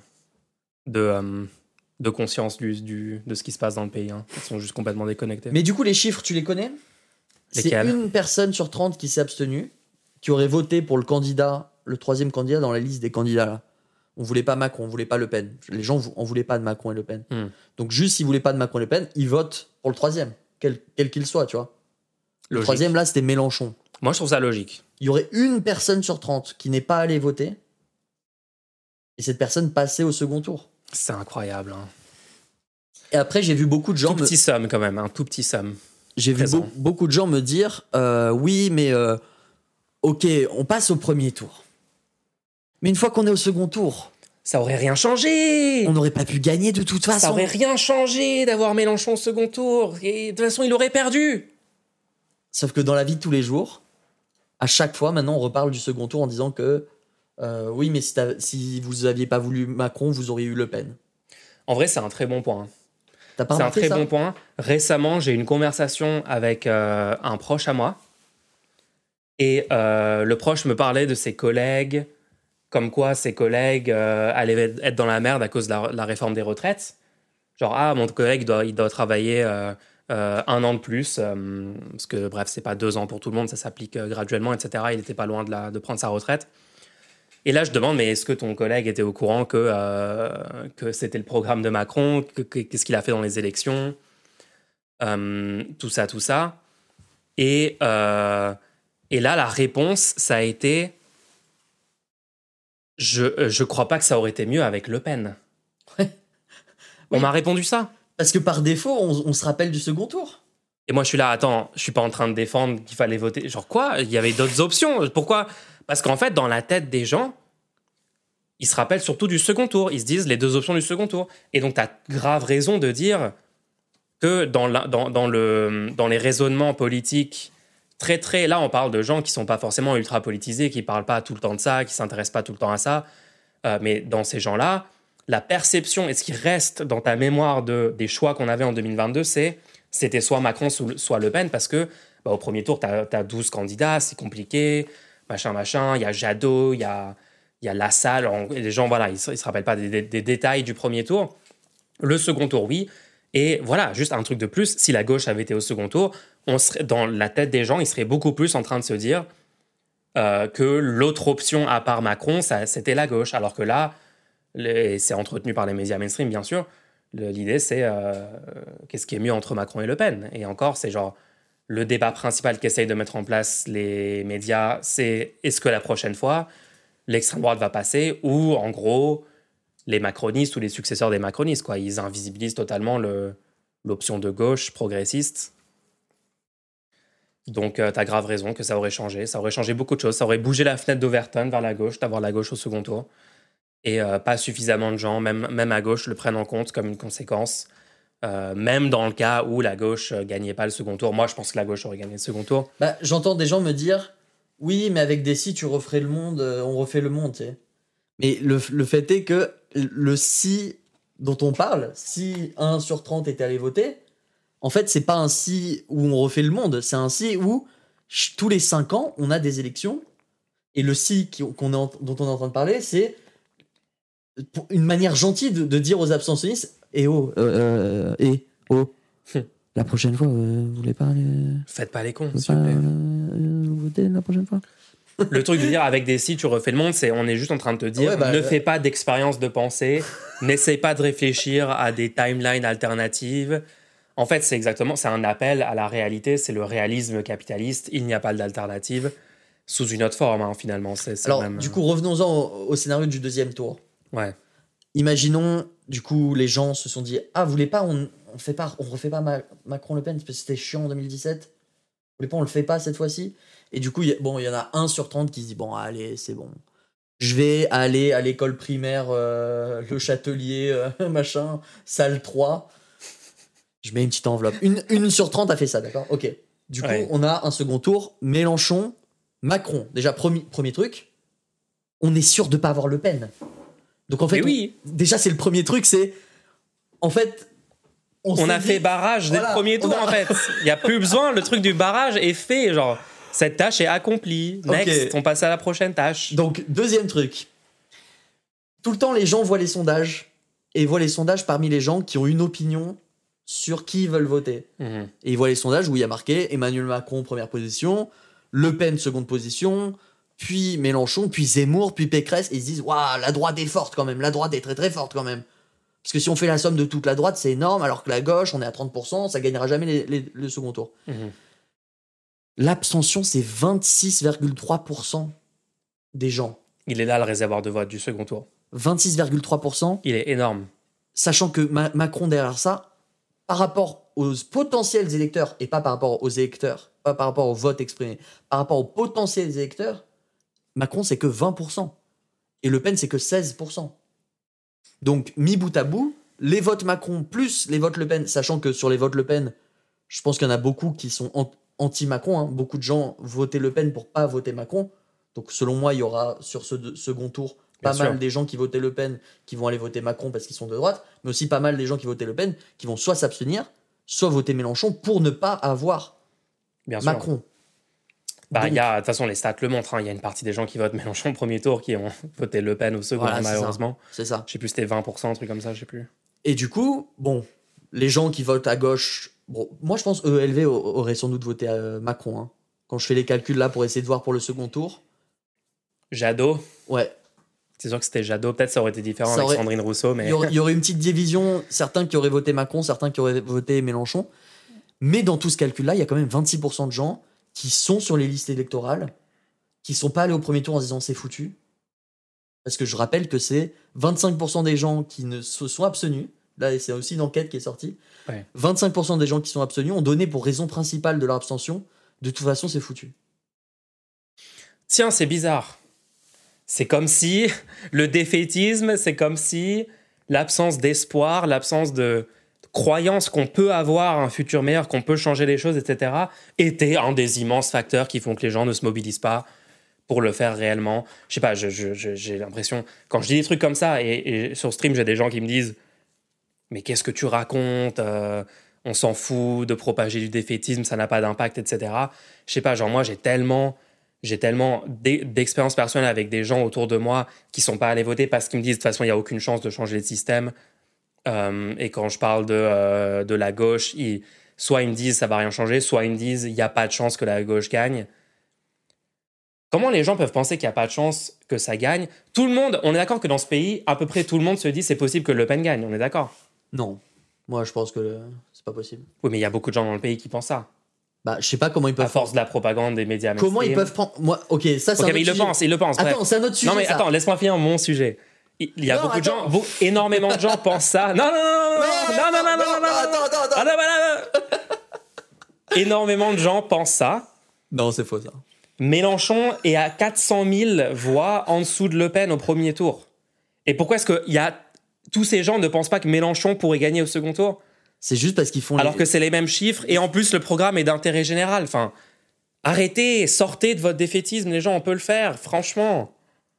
de conscience de ce qui se passe dans le pays. Hein. Ils sont juste complètement déconnectés. Mais du coup, les chiffres, tu les connais? C'est Lesquels? une personne sur 30 qui s'est abstenue, qui aurait voté pour le 3e candidat dans la liste des candidats là. On voulait pas Macron, on voulait pas Le Pen. Les gens en voulaient pas de Macron et Le Pen. Donc juste s'ils voulaient pas de Macron et Le Pen, ils votent pour le 3e, quel qu'il soit, tu vois. Le 3e là, c'était Mélenchon. Moi, je trouve ça logique. Il y aurait une personne sur 30 qui n'est pas allée voter, et cette personne passait au second tour. C'est incroyable. Hein. Et après, j'ai vu beaucoup de gens... Tout petit somme quand même, un tout petit somme. J'ai vu beaucoup de gens me dire oui, mais ok, on passe au premier tour. Mais une fois qu'on est au second tour, ça aurait rien changé. On n'aurait pas pu gagner de toute façon. Ça aurait rien changé d'avoir Mélenchon au second tour. Et de toute façon, il aurait perdu. Sauf que dans la vie de tous les jours, à chaque fois, maintenant, on reparle du second tour en disant que oui, mais si vous aviez pas voulu Macron, vous auriez eu Le Pen. En vrai, c'est un très bon point. T'as pas c'est un remarqué très ça bon point. Récemment, j'ai eu une conversation avec un proche à moi. Et le proche me parlait de ses collègues, comme quoi ses collègues allaient être dans la merde à cause de la réforme des retraites. Genre, mon collègue, il doit travailler 1 an de plus, parce que, bref, c'est pas 2 ans pour tout le monde, ça s'applique graduellement, etc. Il était pas loin de prendre sa retraite. Et là, je demande, mais est-ce que ton collègue était au courant que c'était le programme de Macron, qu'est-ce qu'il a fait dans les élections, tout ça. Et là, la réponse, ça a été je crois pas que ça aurait été mieux avec Le Pen. Ouais. On m'a répondu ça. Parce que par défaut, on se rappelle du second tour. Et moi, je suis là, attends, je suis pas en train de défendre qu'il fallait voter. Genre quoi? Il y avait d'autres options. Pourquoi? Parce qu'en fait, dans la tête des gens, ils se rappellent surtout du second tour. Ils se disent les 2 options du second tour. Et donc, tu as grave raison de dire que dans les raisonnements politiques, très, là, on parle de gens qui sont pas forcément ultra politisés, qui parlent pas tout le temps de ça, qui s'intéressent pas tout le temps à ça. Mais dans ces gens-là, la perception et ce qui reste dans ta mémoire des choix qu'on avait en 2022, c'était soit Macron, soit Le Pen, parce que au premier tour, tu as 12 candidats, c'est compliqué, machin, il y a Jadot, il y a Lassalle, les gens, voilà, ils se rappellent pas des détails du premier tour. Le second tour, oui. Et voilà, juste un truc de plus, si la gauche avait été au second tour, dans la tête des gens, ils seraient beaucoup plus en train de se dire que l'autre option à part Macron, c'était la gauche. Alors que là, c'est entretenu par les médias mainstream, bien sûr. L'idée, c'est qu'est-ce qui est mieux entre Macron et Le Pen. Et encore, c'est genre le débat principal qu'essayent de mettre en place les médias, c'est est-ce que la prochaine fois, l'extrême droite va passer ou, en gros, les macronistes ou les successeurs des macronistes, quoi. Ils invisibilisent totalement l'option de gauche progressiste. Donc, t'as grave raison que ça aurait changé. Ça aurait changé beaucoup de choses. Ça aurait bougé la fenêtre d'Overton vers la gauche, d'avoir la gauche au second tour. Et pas suffisamment de gens, même à gauche, le prennent en compte comme une conséquence. Même dans le cas où la gauche gagnait pas le second tour. Moi, je pense que la gauche aurait gagné le second tour. J'entends des gens me dire oui, mais avec des si, tu referais le monde, on refait le monde, tu sais. Mais le fait est que le si dont on parle, si 1 sur 30 était allé voter, en fait, c'est pas un si où on refait le monde, c'est un si où tous les 5 ans, on a des élections. Et le si dont on est en train de parler, c'est une manière gentille de dire aux abstentionnistes La prochaine fois, vous voulez pas aller... Faites pas les cons, Vous s'il vous plaît. voter la prochaine fois? Le truc de dire avec des si tu refais le monde, c'est on est juste en train de te dire ne fais pas d'expérience de pensée, n'essaye pas de réfléchir à des timelines alternatives. En fait, c'est un appel à la réalité, c'est le réalisme capitaliste, il n'y a pas d'alternative, sous une autre forme, hein, finalement. Alors, du coup, revenons-en au scénario du deuxième tour. Ouais. Imaginons, du coup, les gens se sont dit, ah, vous voulez pas, on refait pas Macron-Le Pen, parce que c'était chiant en 2017. Vous voulez pas, on le fait pas cette fois-ci? Et du coup, il y en a 1 sur 30 qui se dit, bon, allez, c'est bon. Je vais aller à l'école primaire, le Châtelier, machin, salle 3. Je mets une petite enveloppe. Une sur 30 a fait ça, d'accord? Ok. Du coup, on a un second tour, Mélenchon, Macron. Déjà, premier truc, on est sûr de pas avoir Le Pen. Donc en fait, déjà, c'est le premier truc, c'est... En fait... On a fait barrage dès le premier tour, en fait. Il n'y a plus besoin, le truc du barrage est fait, genre... Cette tâche est accomplie. Next, on passe à la prochaine tâche. Donc, deuxième truc. Tout le temps, les gens voient les sondages et voient les sondages parmi les gens qui ont une opinion sur qui ils veulent voter. Et ils voient les sondages où il y a marqué Emmanuel Macron, première position, Le Pen, seconde position, puis Mélenchon, puis Zemmour, puis Pécresse. Et ils se disent, waouh, la droite est forte quand même. La droite est très très forte quand même. Parce que si on fait la somme de toute la droite, c'est énorme, alors que la gauche, on est à 30%, ça gagnera jamais le second tour. L'abstention, c'est 26,3% des gens. Il est là, le réservoir de vote du second tour. 26,3%. Il est énorme. Sachant que Macron, derrière ça, par rapport aux potentiels électeurs, et pas par rapport aux électeurs, pas par rapport au vote exprimé, par rapport aux potentiels électeurs, Macron, c'est que 20%. Et Le Pen, c'est que 16%. Donc, mis bout à bout, les votes Macron plus les votes Le Pen, sachant que sur les votes Le Pen, je pense qu'il y en a beaucoup qui sont anti-Macron, hein. Beaucoup de gens votaient Le Pen pour pas voter Macron. Donc selon moi, il y aura sur ce second tour pas mal des gens qui votaient Le Pen qui vont aller voter Macron parce qu'ils sont de droite, mais aussi pas mal des gens qui votaient Le Pen qui vont soit s'abstenir, soit voter Mélenchon pour ne pas avoir Macron. Bah, de toute façon, les stats le montrent. Il y a une partie des gens qui votent Mélenchon au premier tour qui ont voté Le Pen au second, malheureusement. C'est ça. Je sais plus, c'était 20%, un truc comme ça, je sais plus. Et du coup, bon, les gens qui votent à gauche... Bon, moi, je pense ELV aurait sans doute voté Macron. Hein. Quand je fais les calculs là pour essayer de voir pour le second tour. Jadot. Ouais. C'est sûr que c'était Jadot. Peut-être ça aurait été différent avec Sandrine Rousseau. Mais... Il y aurait une petite division. Certains qui auraient voté Macron, certains qui auraient voté Mélenchon. Mais dans tout ce calcul-là, il y a quand même 26% de gens qui sont sur les listes électorales, qui sont pas allés au premier tour en se disant c'est foutu. Parce que je rappelle que c'est 25% des gens qui ne se sont abstenus. Là, c'est aussi une enquête qui est sortie. Ouais. 25% des gens qui sont abstenus ont donné pour raison principale de leur abstention, de toute façon, c'est foutu. Tiens, c'est bizarre. C'est comme si le défaitisme, c'est comme si l'absence d'espoir, l'absence de croyance qu'on peut avoir un futur meilleur, qu'on peut changer les choses, etc., était un des immenses facteurs qui font que les gens ne se mobilisent pas pour le faire réellement. Je sais pas, j'ai l'impression... Quand je dis des trucs comme ça, et sur stream, j'ai des gens qui me disent « Mais qu'est-ce que tu racontes on s'en fout de propager du défaitisme, ça n'a pas d'impact, etc. » Je sais pas, genre moi, j'ai tellement d'expériences personnelles avec des gens autour de moi qui sont pas allés voter parce qu'ils me disent de toute façon, il n'y a aucune chance de changer le système. Et quand je parle de la gauche, soit ils me disent ça va rien changer, soit ils me disent il n'y a pas de chance que la gauche gagne. Comment les gens peuvent penser qu'il n'y a pas de chance que ça gagne? Tout le monde, on est d'accord que dans ce pays, à peu près tout le monde se dit c'est possible que Le Pen gagne, on est d'accord? Non. Moi, je pense que c'est pas possible. Oui, mais il y a beaucoup de gens dans le pays qui pensent ça. Bah, je sais pas comment ils peuvent... À force de la propagande des médias mainstream. Comment ils peuvent prendre... Moi, ok, ça c'est un autre mais sujet. ils le pensent. Attends, c'est un autre sujet. Non, mais ça. attends, laisse-moi finir mon sujet. Il y a beaucoup de gens, énormément de gens pensent ça. Non. Énormément de gens pensent ça. Non, c'est faux ça. Mélenchon est à 400 000 voix en dessous de Le Pen au premier tour. Et pourquoi est-ce que tous ces gens ne pensent pas que Mélenchon pourrait gagner au second tour? C'est juste parce qu'ils font... Alors que c'est les mêmes chiffres, et en plus le programme est d'intérêt général. Enfin, arrêtez, sortez de votre défaitisme, les gens, on peut le faire, franchement.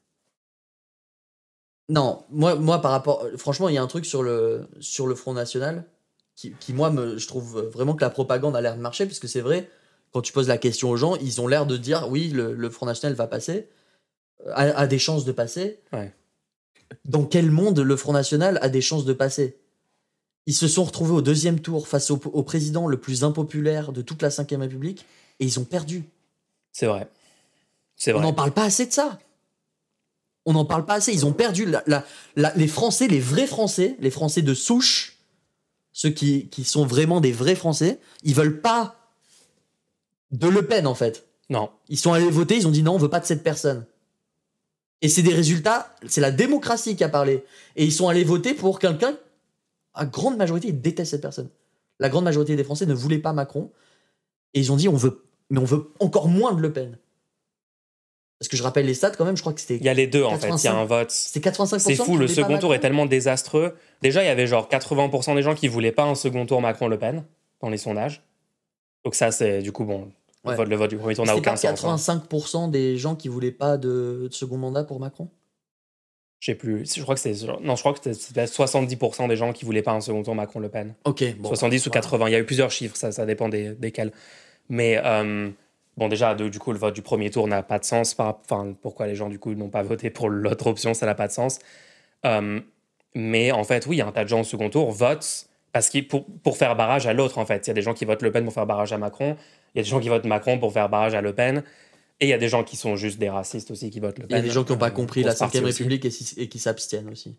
Non, moi par rapport... Franchement, il y a un truc sur le Front National qui moi, je trouve vraiment que la propagande a l'air de marcher, parce que c'est vrai, quand tu poses la question aux gens, ils ont l'air de dire, oui, le Front National va passer, a des chances de passer. Ouais. Dans quel monde le Front National a des chances de passer? Ils se sont retrouvés au deuxième tour face au président le plus impopulaire de toute la Ve République et ils ont perdu. C'est vrai. On n'en parle pas assez de ça. On n'en parle pas assez. Ils ont perdu. Les Français, les vrais Français, les Français de souche, ceux qui sont vraiment des vrais Français, ils veulent pas de Le Pen, en fait. Non. Ils sont allés voter, ils ont dit non, on veut pas de cette personne. Et c'est des résultats, c'est la démocratie qui a parlé. Et ils sont allés voter pour quelqu'un, à grande majorité, ils détestent cette personne. La grande majorité des Français ne voulaient pas Macron. Et ils ont dit, on veut encore moins de Le Pen. Parce que je rappelle les stats quand même, je crois que c'était... Il y a les deux, 85, en fait, il y a un vote. C'était 85%. C'est fou, le second tour est tellement désastreux. Déjà, il y avait genre 80% des gens qui voulaient pas un second tour Macron-Le Pen dans les sondages. Donc ça, c'est du coup, bon, le vote du premier tour n'a aucun sens. C'était 85% des gens qui voulaient pas de second mandat pour Macron? Je sais plus, je crois que c'était 70% des gens qui voulaient pas un second tour Macron-Le Pen. Ok, bon. 70 ou 80, il y a eu plusieurs chiffres, ça dépend desquels. Mais bon, déjà, du coup, le vote du premier tour n'a pas de sens. Pourquoi les gens, du coup, n'ont pas voté pour l'autre option, ça n'a pas de sens. Mais en fait, oui, il y a un tas de gens au second tour votent pour faire barrage à l'autre, en fait. Il y a des gens qui votent Le Pen pour faire barrage à Macron. Il y a des gens qui votent Macron pour faire barrage à Le Pen. Et il y a des gens qui sont juste des racistes aussi qui votent Le Pen. Il y a des gens qui n'ont pas compris la Ve République et qui s'abstiennent aussi.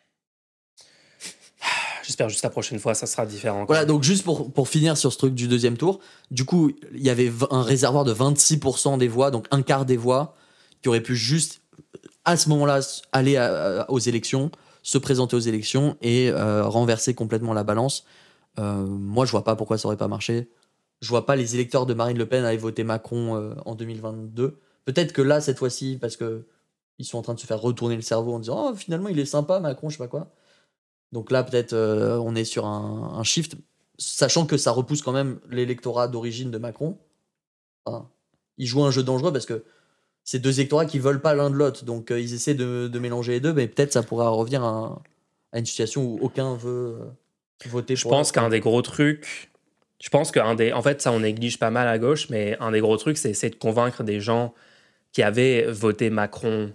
J'espère juste la prochaine fois, ça sera différent. Voilà, donc juste pour finir sur ce truc du deuxième tour, du coup, il y avait un réservoir de 26% des voix, donc un quart des voix, qui auraient pu juste, à ce moment-là, aller aux élections, se présenter aux élections et renverser complètement la balance. Moi, je vois pas pourquoi ça aurait pas marché. Je vois pas les électeurs de Marine Le Pen aller voter Macron en 2022. Peut-être que là, cette fois-ci, parce que ils sont en train de se faire retourner le cerveau en disant « Oh, finalement, il est sympa, Macron, je sais pas quoi ». Donc là, peut-être, on est sur un shift, sachant que ça repousse quand même l'électorat d'origine de Macron. Enfin, ils jouent un jeu dangereux parce que c'est deux électorats qui veulent pas l'un de l'autre. Donc ils essaient de mélanger les deux, mais peut-être ça pourra revenir à une situation où aucun veut voter pour... Je pense qu'un des gros trucs... En fait, ça, on néglige pas mal à gauche, mais un des gros trucs, c'est essayer de convaincre des gens qui avaient voté Macron...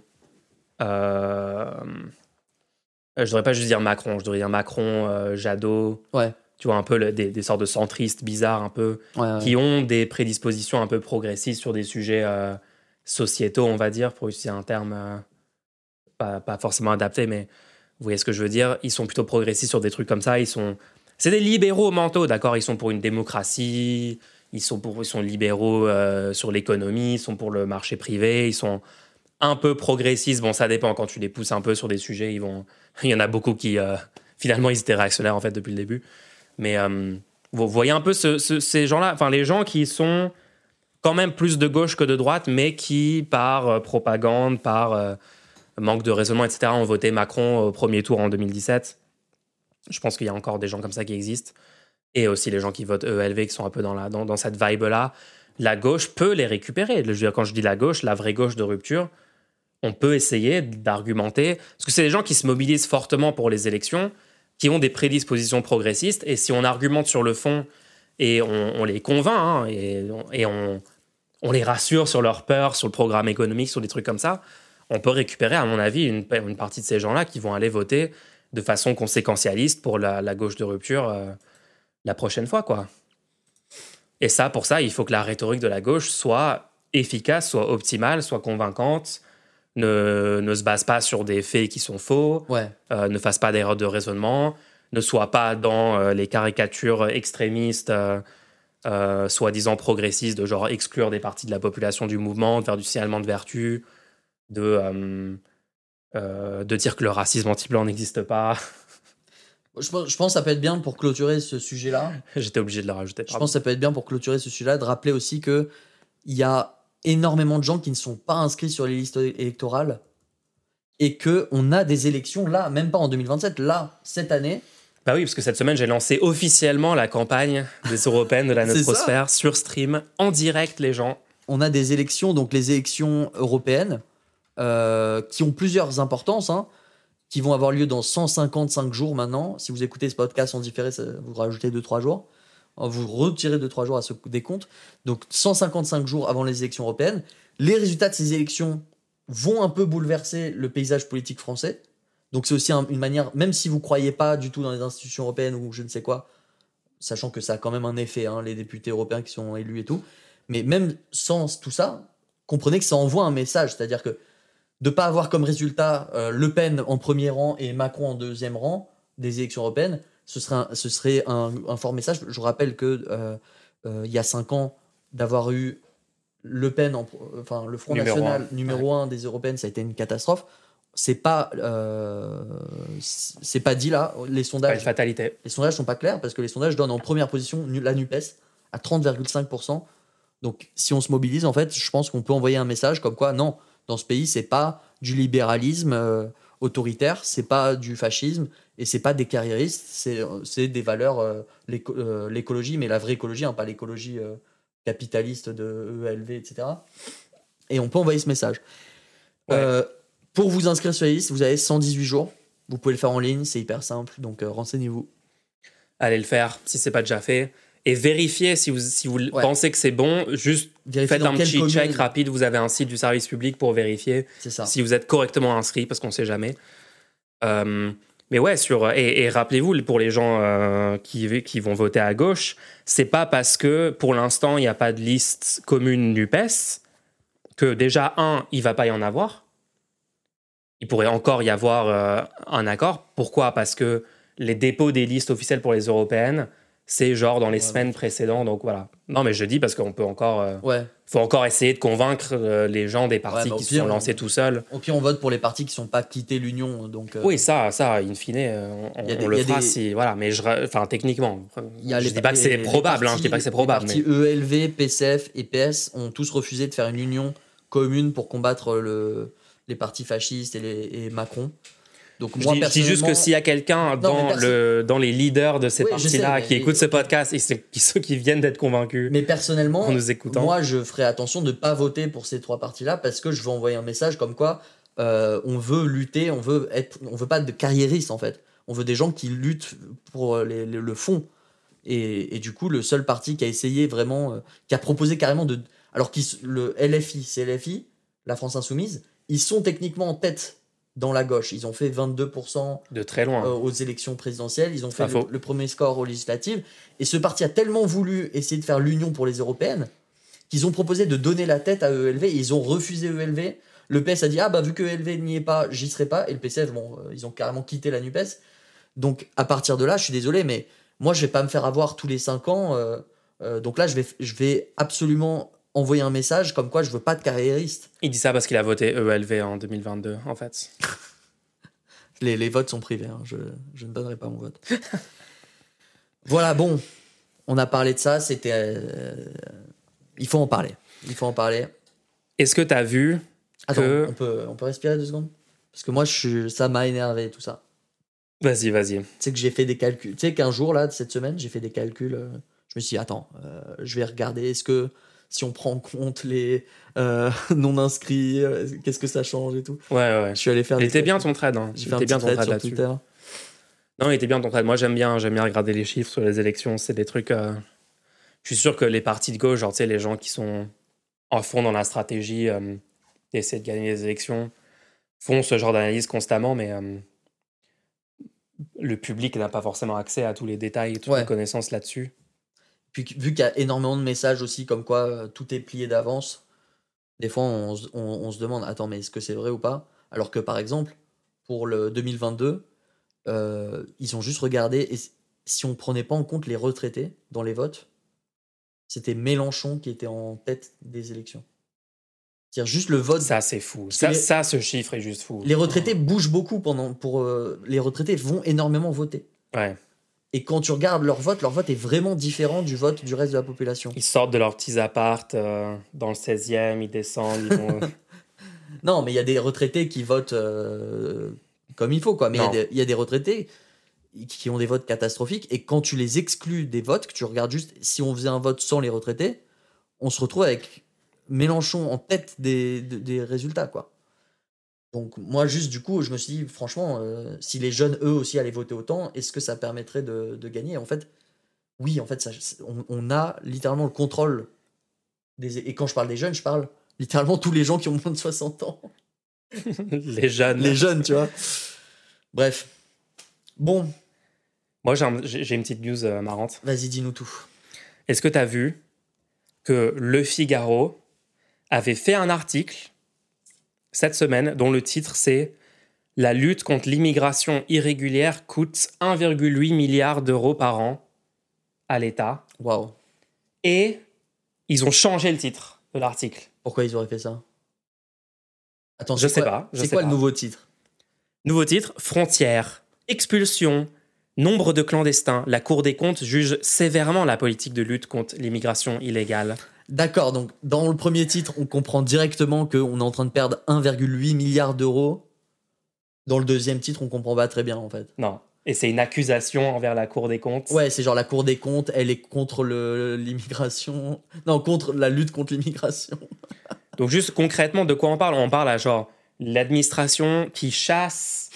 je devrais pas juste dire Macron, je devrais dire Macron, Jadot. Ouais. Tu vois, un peu des sortes de centristes bizarres, un peu, qui ont des prédispositions un peu progressistes sur des sujets sociétaux, on va dire, pour utiliser un terme pas forcément adapté, mais vous voyez ce que je veux dire. Ils sont plutôt progressistes sur des trucs comme ça. C'est des libéraux mentaux, d'accord. Ils sont pour une démocratie, ils sont libéraux sur l'économie, ils sont pour le marché privé, ils sont un peu progressistes. Bon, ça dépend, quand tu les pousses un peu sur des sujets, il y en a beaucoup qui, finalement, ils étaient réactionnaires, en fait, depuis le début. Mais vous voyez un peu ces gens-là, enfin, les gens qui sont quand même plus de gauche que de droite, mais qui, par propagande, par manque de raisonnement, etc., ont voté Macron au premier tour en 2017. Je pense qu'il y a encore des gens comme ça qui existent. Et aussi les gens qui votent ELV, qui sont un peu dans cette vibe-là. La gauche peut les récupérer. Quand je dis la gauche, la vraie gauche de rupture, on peut essayer d'argumenter. Parce que c'est des gens qui se mobilisent fortement pour les élections, qui ont des prédispositions progressistes. Et si on argumente sur le fond et on les convainc, et on les rassure sur leur peur, sur le programme économique, sur des trucs comme ça, on peut récupérer, à mon avis, une partie de ces gens-là qui vont aller voter de façon conséquentialiste pour la gauche de rupture la prochaine fois, quoi. Et ça, pour ça, il faut que la rhétorique de la gauche soit efficace, soit optimale, soit convaincante, ne se base pas sur des faits qui sont faux, ne fasse pas d'erreur de raisonnement, ne soit pas dans les caricatures extrémistes, soi-disant progressistes, de genre exclure des parties de la population du mouvement, de faire du signalement de vertu, de dire que le racisme anti-blanc n'existe pas. Je pense que ça peut être bien pour clôturer ce sujet-là. J'étais obligé de le rajouter. Je pense que ça peut être bien pour clôturer ce sujet-là, de rappeler aussi qu'il y a énormément de gens qui ne sont pas inscrits sur les listes électorales et qu'on a des élections là, même pas en 2027, là, cette année. Bah oui, parce que cette semaine, j'ai lancé officiellement la campagne des européennes de la Nostrosphère sur stream, en direct, les gens. On a des élections, donc les élections européennes, qui ont plusieurs importances, qui vont avoir lieu dans 155 jours maintenant. Si vous écoutez ce podcast en différé, vous rajoutez 2-3 jours. Vous retirez 2-3 jours à ce décompte. Donc 155 jours avant les élections européennes. Les résultats de ces élections vont un peu bouleverser le paysage politique français. Donc c'est aussi une manière, même si vous croyez pas du tout dans les institutions européennes ou je ne sais quoi, sachant que ça a quand même un effet, hein, les députés européens qui sont élus et tout, mais même sans tout ça, comprenez que ça envoie un message, c'est-à-dire que de pas avoir comme résultat Le Pen en premier rang et Macron en deuxième rang des élections européennes, ce serait un fort message. Je vous rappelle que il y a 5 ans, d'avoir eu Le Pen, enfin le Front Numéro National un. numéro 1 des européennes, ça a été une catastrophe. C'est pas dit là. Pas une Les fatalité. sondages sont pas clairs parce que les sondages donnent en première position la NUPES à 30,5%. Donc si on se mobilise, en fait, je pense qu'on peut envoyer un message comme quoi non, dans ce pays, c'est pas du libéralisme autoritaire, c'est pas du fascisme et c'est pas des carriéristes, c'est des valeurs, l'écologie, mais la vraie écologie, hein, pas l'écologie capitaliste de ELV, etc. Et on peut envoyer ce message. Ouais. Pour vous inscrire sur la liste, vous avez 118 jours. Vous pouvez le faire en ligne, c'est hyper simple, donc renseignez-vous. Allez le faire si c'est pas déjà fait. Et vérifiez si vous pensez que c'est bon. Juste Vérifiez faites dans un quelle petit commune. check rapide. Vous avez un site du service public pour vérifier C'est ça. si vous êtes correctement inscrit, parce qu'on sait jamais. Mais ouais, et rappelez-vous, pour les gens qui vont voter à gauche, c'est pas parce que pour l'instant il n'y a pas de liste commune NUPES que déjà, il va pas y en avoir. Il pourrait encore y avoir un accord. Pourquoi ? Parce que les dépôts des listes officielles pour les européennes, c'est genre dans les semaines précédentes. Donc voilà. Non, mais je dis parce qu'on peut encore... faut encore essayer de convaincre les gens des partis qui se sont lancés tout seuls. Au pire, on vote pour les partis qui ne sont pas quittés l'Union. Donc, oui, ça, in fine, on le fera si... Voilà, mais techniquement, je dis pas que c'est probable. Je dis pas que c'est probable. Les partis ELV, PCF et PS ont tous refusé de faire une union commune pour combattre les partis fascistes et Macron. Donc moi, je dis juste que s'il y a quelqu'un dans les leaders de ces partis-là qui écoutent ce podcast et ceux qui viennent d'être convaincus mais personnellement, en nous écoutant, moi je ferai attention de ne pas voter pour ces 3 partis-là parce que je veux envoyer un message comme quoi on veut lutter, on veut pas de carriéristes en fait. On veut des gens qui luttent pour le fond. Et du coup, le seul parti qui a essayé vraiment, qui a proposé carrément alors le LFI, c'est LFI, la France Insoumise, ils sont techniquement en tête dans la gauche. Ils ont fait 22% de très loin aux élections présidentielles. Ils ont fait le premier score aux législatives. Et ce parti a tellement voulu essayer de faire l'union pour les européennes qu'ils ont proposé de donner la tête à ELV. Et ils ont refusé ELV. Le PS a dit vu que ELV n'y est pas, j'y serai pas. Et le PCF, ils ont carrément quitté la NUPES. Donc à partir de là, je suis désolé, mais moi je vais pas me faire avoir tous les 5 ans. Donc là, je vais absolument envoyer un message comme quoi je veux pas de carriériste. Il dit ça parce qu'il a voté ELV en 2022, en fait. Les votes sont privés, hein. Je ne donnerai pas mon vote. Voilà, bon, on a parlé de ça, c'était... il faut en parler. Est-ce que tu as vu Attends, on peut respirer 2 secondes ? Parce que moi, ça m'a énervé, tout ça. Vas-y. Tu sais que j'ai fait des calculs. Tu sais qu'un jour, là, cette semaine, j'ai fait des calculs. Je me suis dit, attends, je vais regarder, est-ce que si on prend en compte les non-inscrits, qu'est-ce que ça change et tout. Ouais. Je suis allé faire. Il était bien ton trade. J'ai fait un petit thread sur Twitter. Non, il était bien ton trade. Moi, j'aime bien regarder les chiffres sur les élections. C'est des trucs. Je suis sûr que les partis de gauche, genre, tu sais, les gens qui sont en fond dans la stratégie d'essayer de gagner les élections, font ce genre d'analyse constamment, mais le public n'a pas forcément accès à tous les détails et toutes les connaissances là-dessus. Puis vu qu'il y a énormément de messages aussi comme quoi tout est plié d'avance, des fois on se demande attends mais est-ce que c'est vrai ou pas ? Alors que par exemple pour le 2022 ils ont juste regardé et si on prenait pas en compte les retraités dans les votes, c'était Mélenchon qui était en tête des élections. C'est-à-dire juste le vote. Ça c'est fou. Ce chiffre est juste fou. Les retraités bougent beaucoup les retraités vont énormément voter. Ouais. Et quand tu regardes leur vote est vraiment différent du vote du reste de la population. Ils sortent de leurs petits apparts dans le 16e, ils descendent, ils vont... Non, mais il y a des retraités qui votent comme il faut, quoi. Mais il y a des retraités qui ont des votes catastrophiques. Et quand tu les exclus des votes, que tu regardes juste, si on faisait un vote sans les retraités, on se retrouve avec Mélenchon en tête des résultats, quoi. Donc moi juste du coup je me suis dit franchement si les jeunes eux aussi allaient voter autant, est-ce que ça permettrait de gagner ? En fait oui, en fait on a littéralement le contrôle et quand je parle des jeunes, je parle littéralement tous les gens qui ont moins de 60 ans. les jeunes tu vois. Bref. Bon, Moi, j'ai une petite news marrante. vas-y, dis-nous tout. Est-ce que tu as vu que Le Figaro avait fait un article cette semaine dont le titre c'est « La lutte contre l'immigration irrégulière coûte 1,8 milliard d'euros par an à l'État. Waouh. » Et ils ont changé le titre de l'article. Pourquoi ils auraient fait ça? Attends, Je c'est sais quoi- pas, je C'est sais quoi pas. le nouveau titre? Nouveau titre, frontières, expulsion, nombre de clandestins. La Cour des comptes juge sévèrement la politique de lutte contre l'immigration illégale. D'accord, donc dans le premier titre, on comprend directement qu'on est en train de perdre 1,8 milliard d'euros. Dans le deuxième titre, on comprend pas très bien en fait. Non. Et c'est une accusation envers la Cour des comptes. Ouais, c'est genre la Cour des comptes, elle est contre l'immigration. Non, contre la lutte contre l'immigration. Donc juste concrètement, de quoi on parle? On parle à genre l'administration qui chasse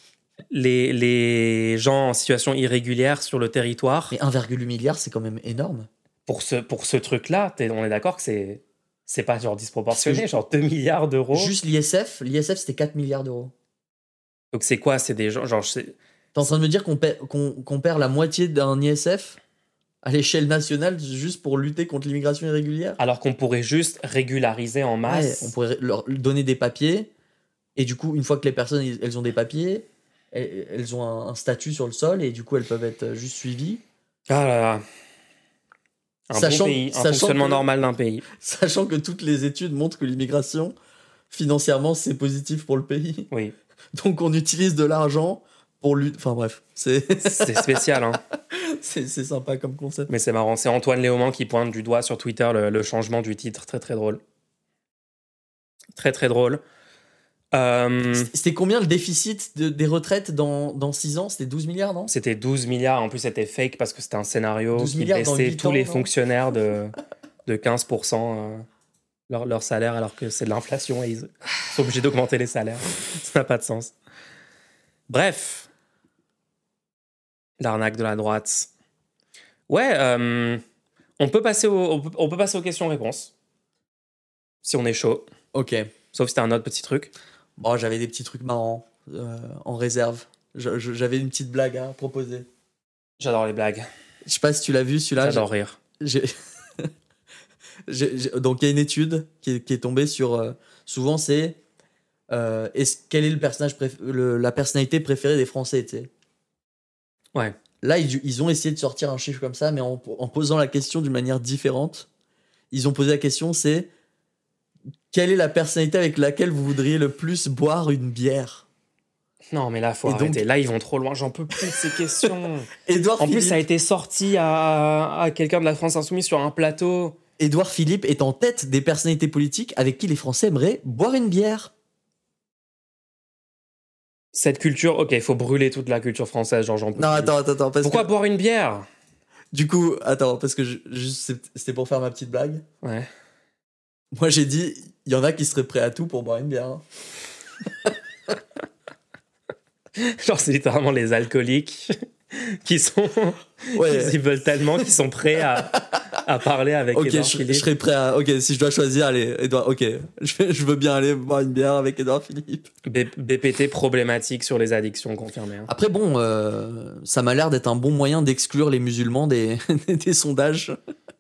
les gens en situation irrégulière sur le territoire. Mais 1,8 milliard, c'est quand même énorme. Pour ce truc-là, on est d'accord que c'est pas genre disproportionné, Parce que genre 2 milliards d'euros. Juste l'ISF c'était 4 milliards d'euros. Donc c'est quoi? C'est des gens, genre, T'es en train de me dire qu'on perd la moitié d'un ISF à l'échelle nationale juste pour lutter contre l'immigration irrégulière? alors qu'on pourrait juste régulariser en Ouais, masse. on pourrait leur donner des papiers. Et du coup, une fois que les personnes elles ont des papiers, elles ont un statut sur le sol et du coup, elles peuvent être juste suivies. Ah là là. Un Sachant- bon pays, un sachant fonctionnement que- normal d'un pays. Sachant que toutes les études montrent que l'immigration, financièrement, c'est positif pour le pays. Oui, Donc, on utilise de l'argent pour lutter. Enfin, bref, c'est c'est spécial, hein. c'est sympa comme concept. Mais c'est marrant. C'est Antoine Léaumont qui pointe du doigt sur Twitter le changement du titre. Très, très drôle. Très, très drôle. C'était combien le déficit des retraites dans 6 ans? C'était 12 milliards, non? C'était 12 milliards. En plus, c'était fake parce que c'était un scénario 12 qui milliards dans baissait 8 tous ans, les non fonctionnaires de 15% leur salaire alors que c'est de l'inflation et ils sont obligés d'augmenter les salaires. Ça n'a pas de sens. Bref. L'arnaque de la droite. Ouais, on peut passer aux questions-réponses. Si on est chaud. Ok. Sauf si t'as un autre petit truc. Bon, j'avais des petits trucs marrants en réserve. J'avais une petite blague à proposer. J'adore les blagues. Je sais pas si tu l'as vu celui-là. J'adore rire. J'ai- Donc il y a une étude qui est tombée sur. Souvent c'est. Quel est le personnage la personnalité préférée des Français, tu sais. Ouais. Là, ils ont essayé de sortir un chiffre comme ça, mais en posant la question d'une manière différente. Ils ont posé la question, c'est quelle est la personnalité avec laquelle vous voudriez le plus boire une bière? Non, mais là, faut Et arrêter. donc- Là, ils vont trop loin. J'en peux plus de ces questions. Édouard En plus, Philippe, ça a été sorti à quelqu'un de la France Insoumise sur un plateau. Édouard Philippe est en tête des personnalités politiques avec qui les Français aimeraient boire une bière. Cette culture, ok, il faut brûler toute la culture française. Genre, j'en peux Non, plus. attends. Pourquoi boire une bière? Du coup, attends, parce que c'était pour faire ma petite blague. Ouais. Moi, j'ai dit, il y en a qui seraient prêts à tout pour boire une bière. Hein. Genre, c'est littéralement les alcooliques qui sont. Ouais. Ils veulent tellement qu'ils sont prêts à parler avec Ok, Édouard je Philippe. serais prêt à. Ok, si je dois choisir, allez, Édouard. Ok, je veux bien aller boire une bière avec Édouard Philippe. BPT problématique sur les addictions confirmées. Hein. Après, bon, ça m'a l'air d'être un bon moyen d'exclure les musulmans des, des sondages.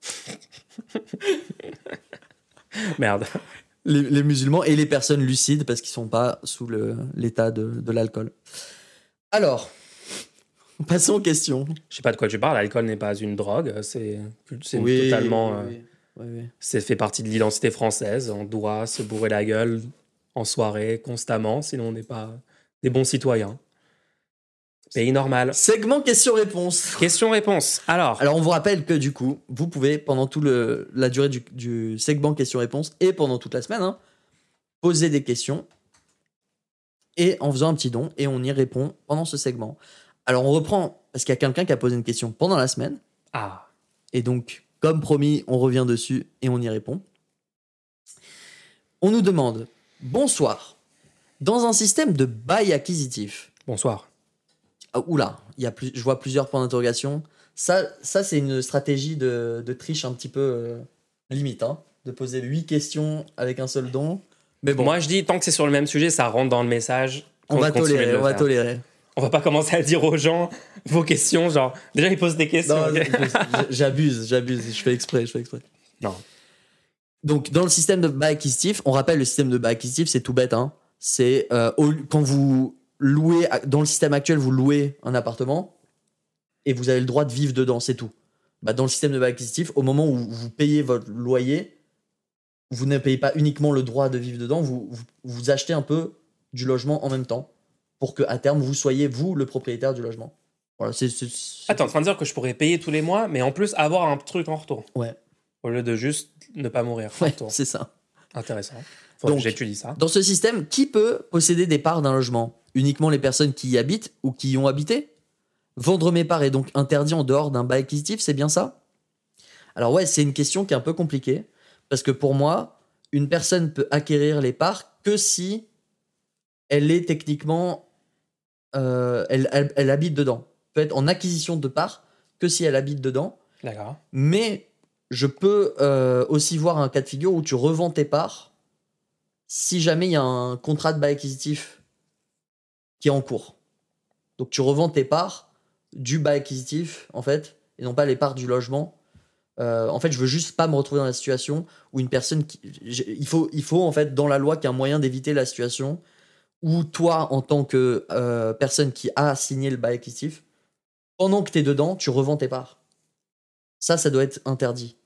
Merde. Les musulmans et les personnes lucides parce qu'ils sont pas sous l'état de l'alcool. Alors, passons aux questions. Je sais pas de quoi tu parles. L'alcool n'est pas une drogue. C'est totalement. Oui. C'est fait partie de l'identité française. On doit se bourrer la gueule en soirée constamment, sinon on n'est pas des bons citoyens. Pays normal. Segment questions-réponses. Question-réponse. Alors, Alors, on vous rappelle que du coup, vous pouvez, pendant toute la durée du segment questions-réponses et pendant toute la semaine, hein, poser des questions et en faisant un petit don et on y répond pendant ce segment. Alors, on reprend parce qu'il y a quelqu'un qui a posé une question pendant la semaine et donc, comme promis, on revient dessus et on y répond. On nous demande bonsoir. Dans un système de bail acquisitif, bonsoir. oula, je vois plusieurs points d'interrogation. Ça c'est une stratégie de triche un petit peu limite, hein, de poser 8 questions avec un seul don. Mais bon, Moi, je dis, tant que c'est sur le même sujet, ça rentre dans le message. on va continue de tolérer, le on va faire. tolérer. On va pas commencer à dire aux gens vos questions, genre déjà ils posent des questions. Non, ok. j'abuse, je fais exprès. Non. Donc, dans le système de bail acquisitif, on rappelle le système de bail acquisitif, c'est tout bête. Hein. C'est quand vous louez, dans le système actuel, vous louez un appartement et vous avez le droit de vivre dedans, c'est tout. Bah, dans le système de bail acquisitif, au moment où vous payez votre loyer, vous ne payez pas uniquement le droit de vivre dedans, vous achetez un peu du logement en même temps pour qu'à terme, vous soyez, vous, le propriétaire du logement. Voilà, Ah, t'es en train de dire que je pourrais payer tous les mois, mais en plus avoir un truc en retour. Ouais. Au lieu de juste ne pas mourir. En Ouais, retour. c'est ça. Intéressant. Faudrait Donc, que j'étudie ça. Dans ce système, qui peut posséder des parts d'un logement? Uniquement les personnes qui y habitent ou qui y ont habité? Vendre mes parts est donc interdit en dehors d'un bail acquisitif, c'est bien ça? Alors ouais, c'est une question qui est un peu compliquée, parce que pour moi, une personne peut acquérir les parts que si elle est techniquement... elle habite dedans. Peut être en acquisition de parts que si elle habite dedans, D'accord. mais je peux aussi voir un cas de figure où tu revends tes parts si jamais il y a un contrat de bail acquisitif qui est en cours. Donc tu revends tes parts du bail acquisitif, en fait, et non pas les parts du logement. En fait, je veux juste pas me retrouver dans la situation où une personne... Il faut, en fait, dans la loi, qu'il y ait un moyen d'éviter la situation où toi, en tant que personne qui a signé le bail acquisitif, pendant que tu es dedans, tu revends tes parts. Ça doit être interdit.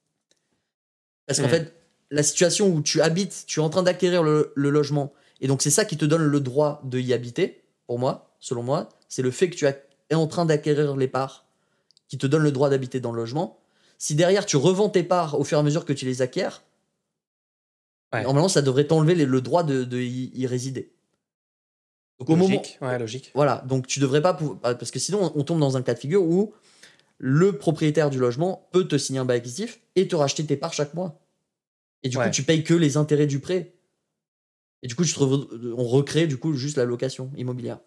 Parce qu'en fait, la situation où tu habites, tu es en train d'acquérir le logement, et donc c'est ça qui te donne le droit de y habiter, pour moi, selon moi, c'est le fait que tu es en train d'acquérir les parts qui te donne le droit d'habiter dans le logement. Si derrière tu revends tes parts au fur et à mesure que tu les acquiers, normalement ça devrait t'enlever le droit de y résider. Donc, Logique, ouais, logique. Voilà, donc tu devrais pas pouvoir, parce que sinon on tombe dans un cas de figure où le propriétaire du logement peut te signer un bail acquisitif et te racheter tes parts chaque mois. Et du coup, tu payes que les intérêts du prêt. Et du coup, on recrée du coup juste la location immobilière.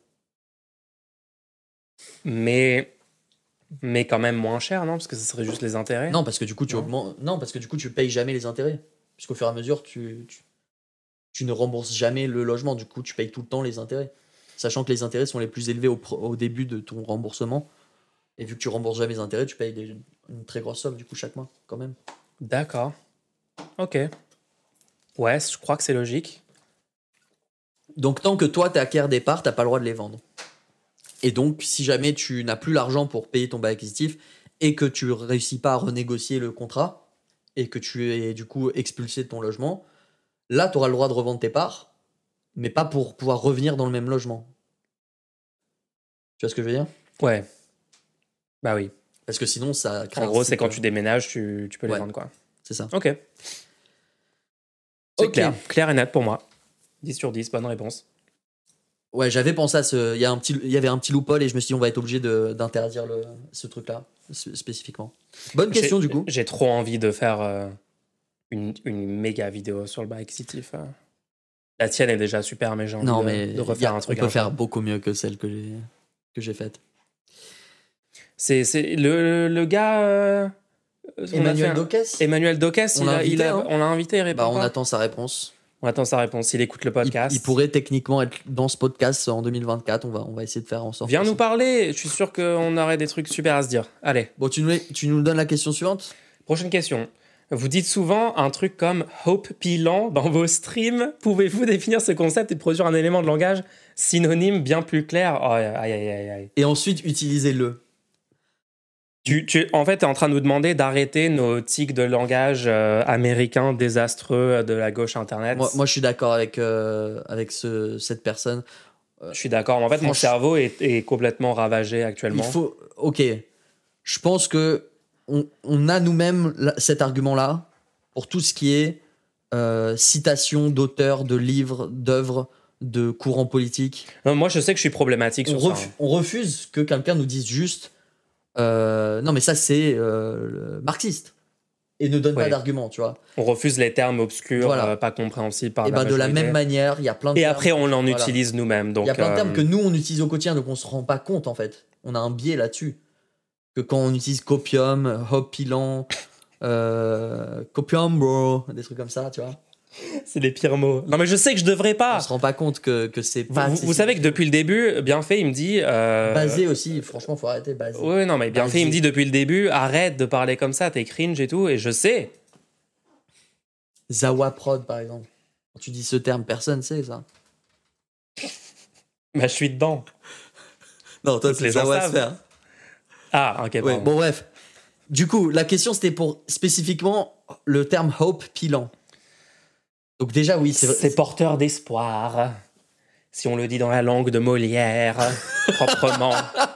Mais quand même moins cher, non? Parce que ce serait juste les intérêts. Non, parce que du coup, tu payes jamais les intérêts. Puisqu'au fur et à mesure, tu ne rembourses jamais le logement. Du coup, tu payes tout le temps les intérêts. Sachant que les intérêts sont les plus élevés au début de ton remboursement. Et vu que tu rembourses jamais les intérêts, tu payes une très grosse somme du coup chaque mois, quand même. D'accord. Ok. Ouais, je crois que c'est logique. Donc, tant que toi, tu acquiers des parts, tu n'as pas le droit de les vendre. Et donc, si jamais tu n'as plus l'argent pour payer ton bail acquisitif et que tu réussis pas à renégocier le contrat et que tu es du coup expulsé de ton logement, là, tu auras le droit de revendre tes parts, mais pas pour pouvoir revenir dans le même logement. Tu vois ce que je veux dire? Ouais. Bah oui. Parce que sinon, ça crée En gros, c'est quand tu déménages, tu peux les vendre, quoi. C'est ça. Ok. C'est clair. Clair et net pour moi. 10 sur 10, bonne réponse. Ouais, j'avais pensé à il y avait un petit loophole et je me suis dit on va être obligé d'interdire ce truc-là spécifiquement. Bonne question du coup. J'ai trop envie de faire une méga vidéo sur le bail acquisitif. La tienne est déjà super, mais j'ai envie de refaire un truc. On peut faire beaucoup mieux que celle que j'ai faite. C'est le gars... Emmanuel Docès. Emmanuel Docès, on l'a invité, il répond pas. On attend sa réponse. On attend sa réponse. Il écoute le podcast. Il pourrait techniquement être dans ce podcast en 2024. On va essayer de faire en sorte. Viens nous parler. Je suis sûr qu'on aurait des trucs super à se dire. Allez. Bon, tu nous donnes la question suivante. Prochaine question. Vous dites souvent un truc comme Hope Pilan dans vos streams. Pouvez-vous définir ce concept et produire un élément de langage synonyme bien plus clair? Oh, aïe. Et ensuite, utilisez-le. En fait, tu es en train de nous demander d'arrêter nos tics de langage américain désastreux de la gauche Internet. Moi je suis d'accord avec cette personne. Je suis d'accord. En fait, mon cerveau est complètement ravagé actuellement. Ok. Je pense que on a nous-mêmes cet argument-là pour tout ce qui est citation d'auteurs, de livres, d'œuvres, de courants politiques. Non, moi, je sais que je suis problématique sur ça. On refuse que quelqu'un nous dise juste non mais ça c'est marxiste et ne donne pas d'argument, tu vois. On refuse les termes obscurs, pas compréhensibles par la majorité. De la même manière, il y a plein de termes. Et après on en utilise nous-mêmes. Il y a plein de termes que nous on utilise au quotidien, donc on se rend pas compte en fait. On a un biais là-dessus. Que quand on utilise copium, hopilant, copium bro, des trucs comme ça, tu vois. C'est les pires mots. Non, mais je sais que je devrais On pas. se rend pas compte que c'est pas Vous accessible. savez que depuis le début, Bienfait, il me dit... Basé aussi, franchement, faut arrêter basé. Oui, non, mais Bienfait, il me dit depuis le début, arrête de parler comme ça, t'es cringe et tout, et je sais. Zawa Prod, par exemple. Quand tu dis ce terme, personne sait ça. Bah, je suis dedans. Non, toi, Les c'est gens Zawa savent. Sphère. Ah, ok, Ouais, pardon. bon, bref. Du coup, la question, c'était pour spécifiquement le terme hope pilant. Donc, déjà, oui, C'est porteur d'espoir, si on le dit dans la langue de Molière, proprement.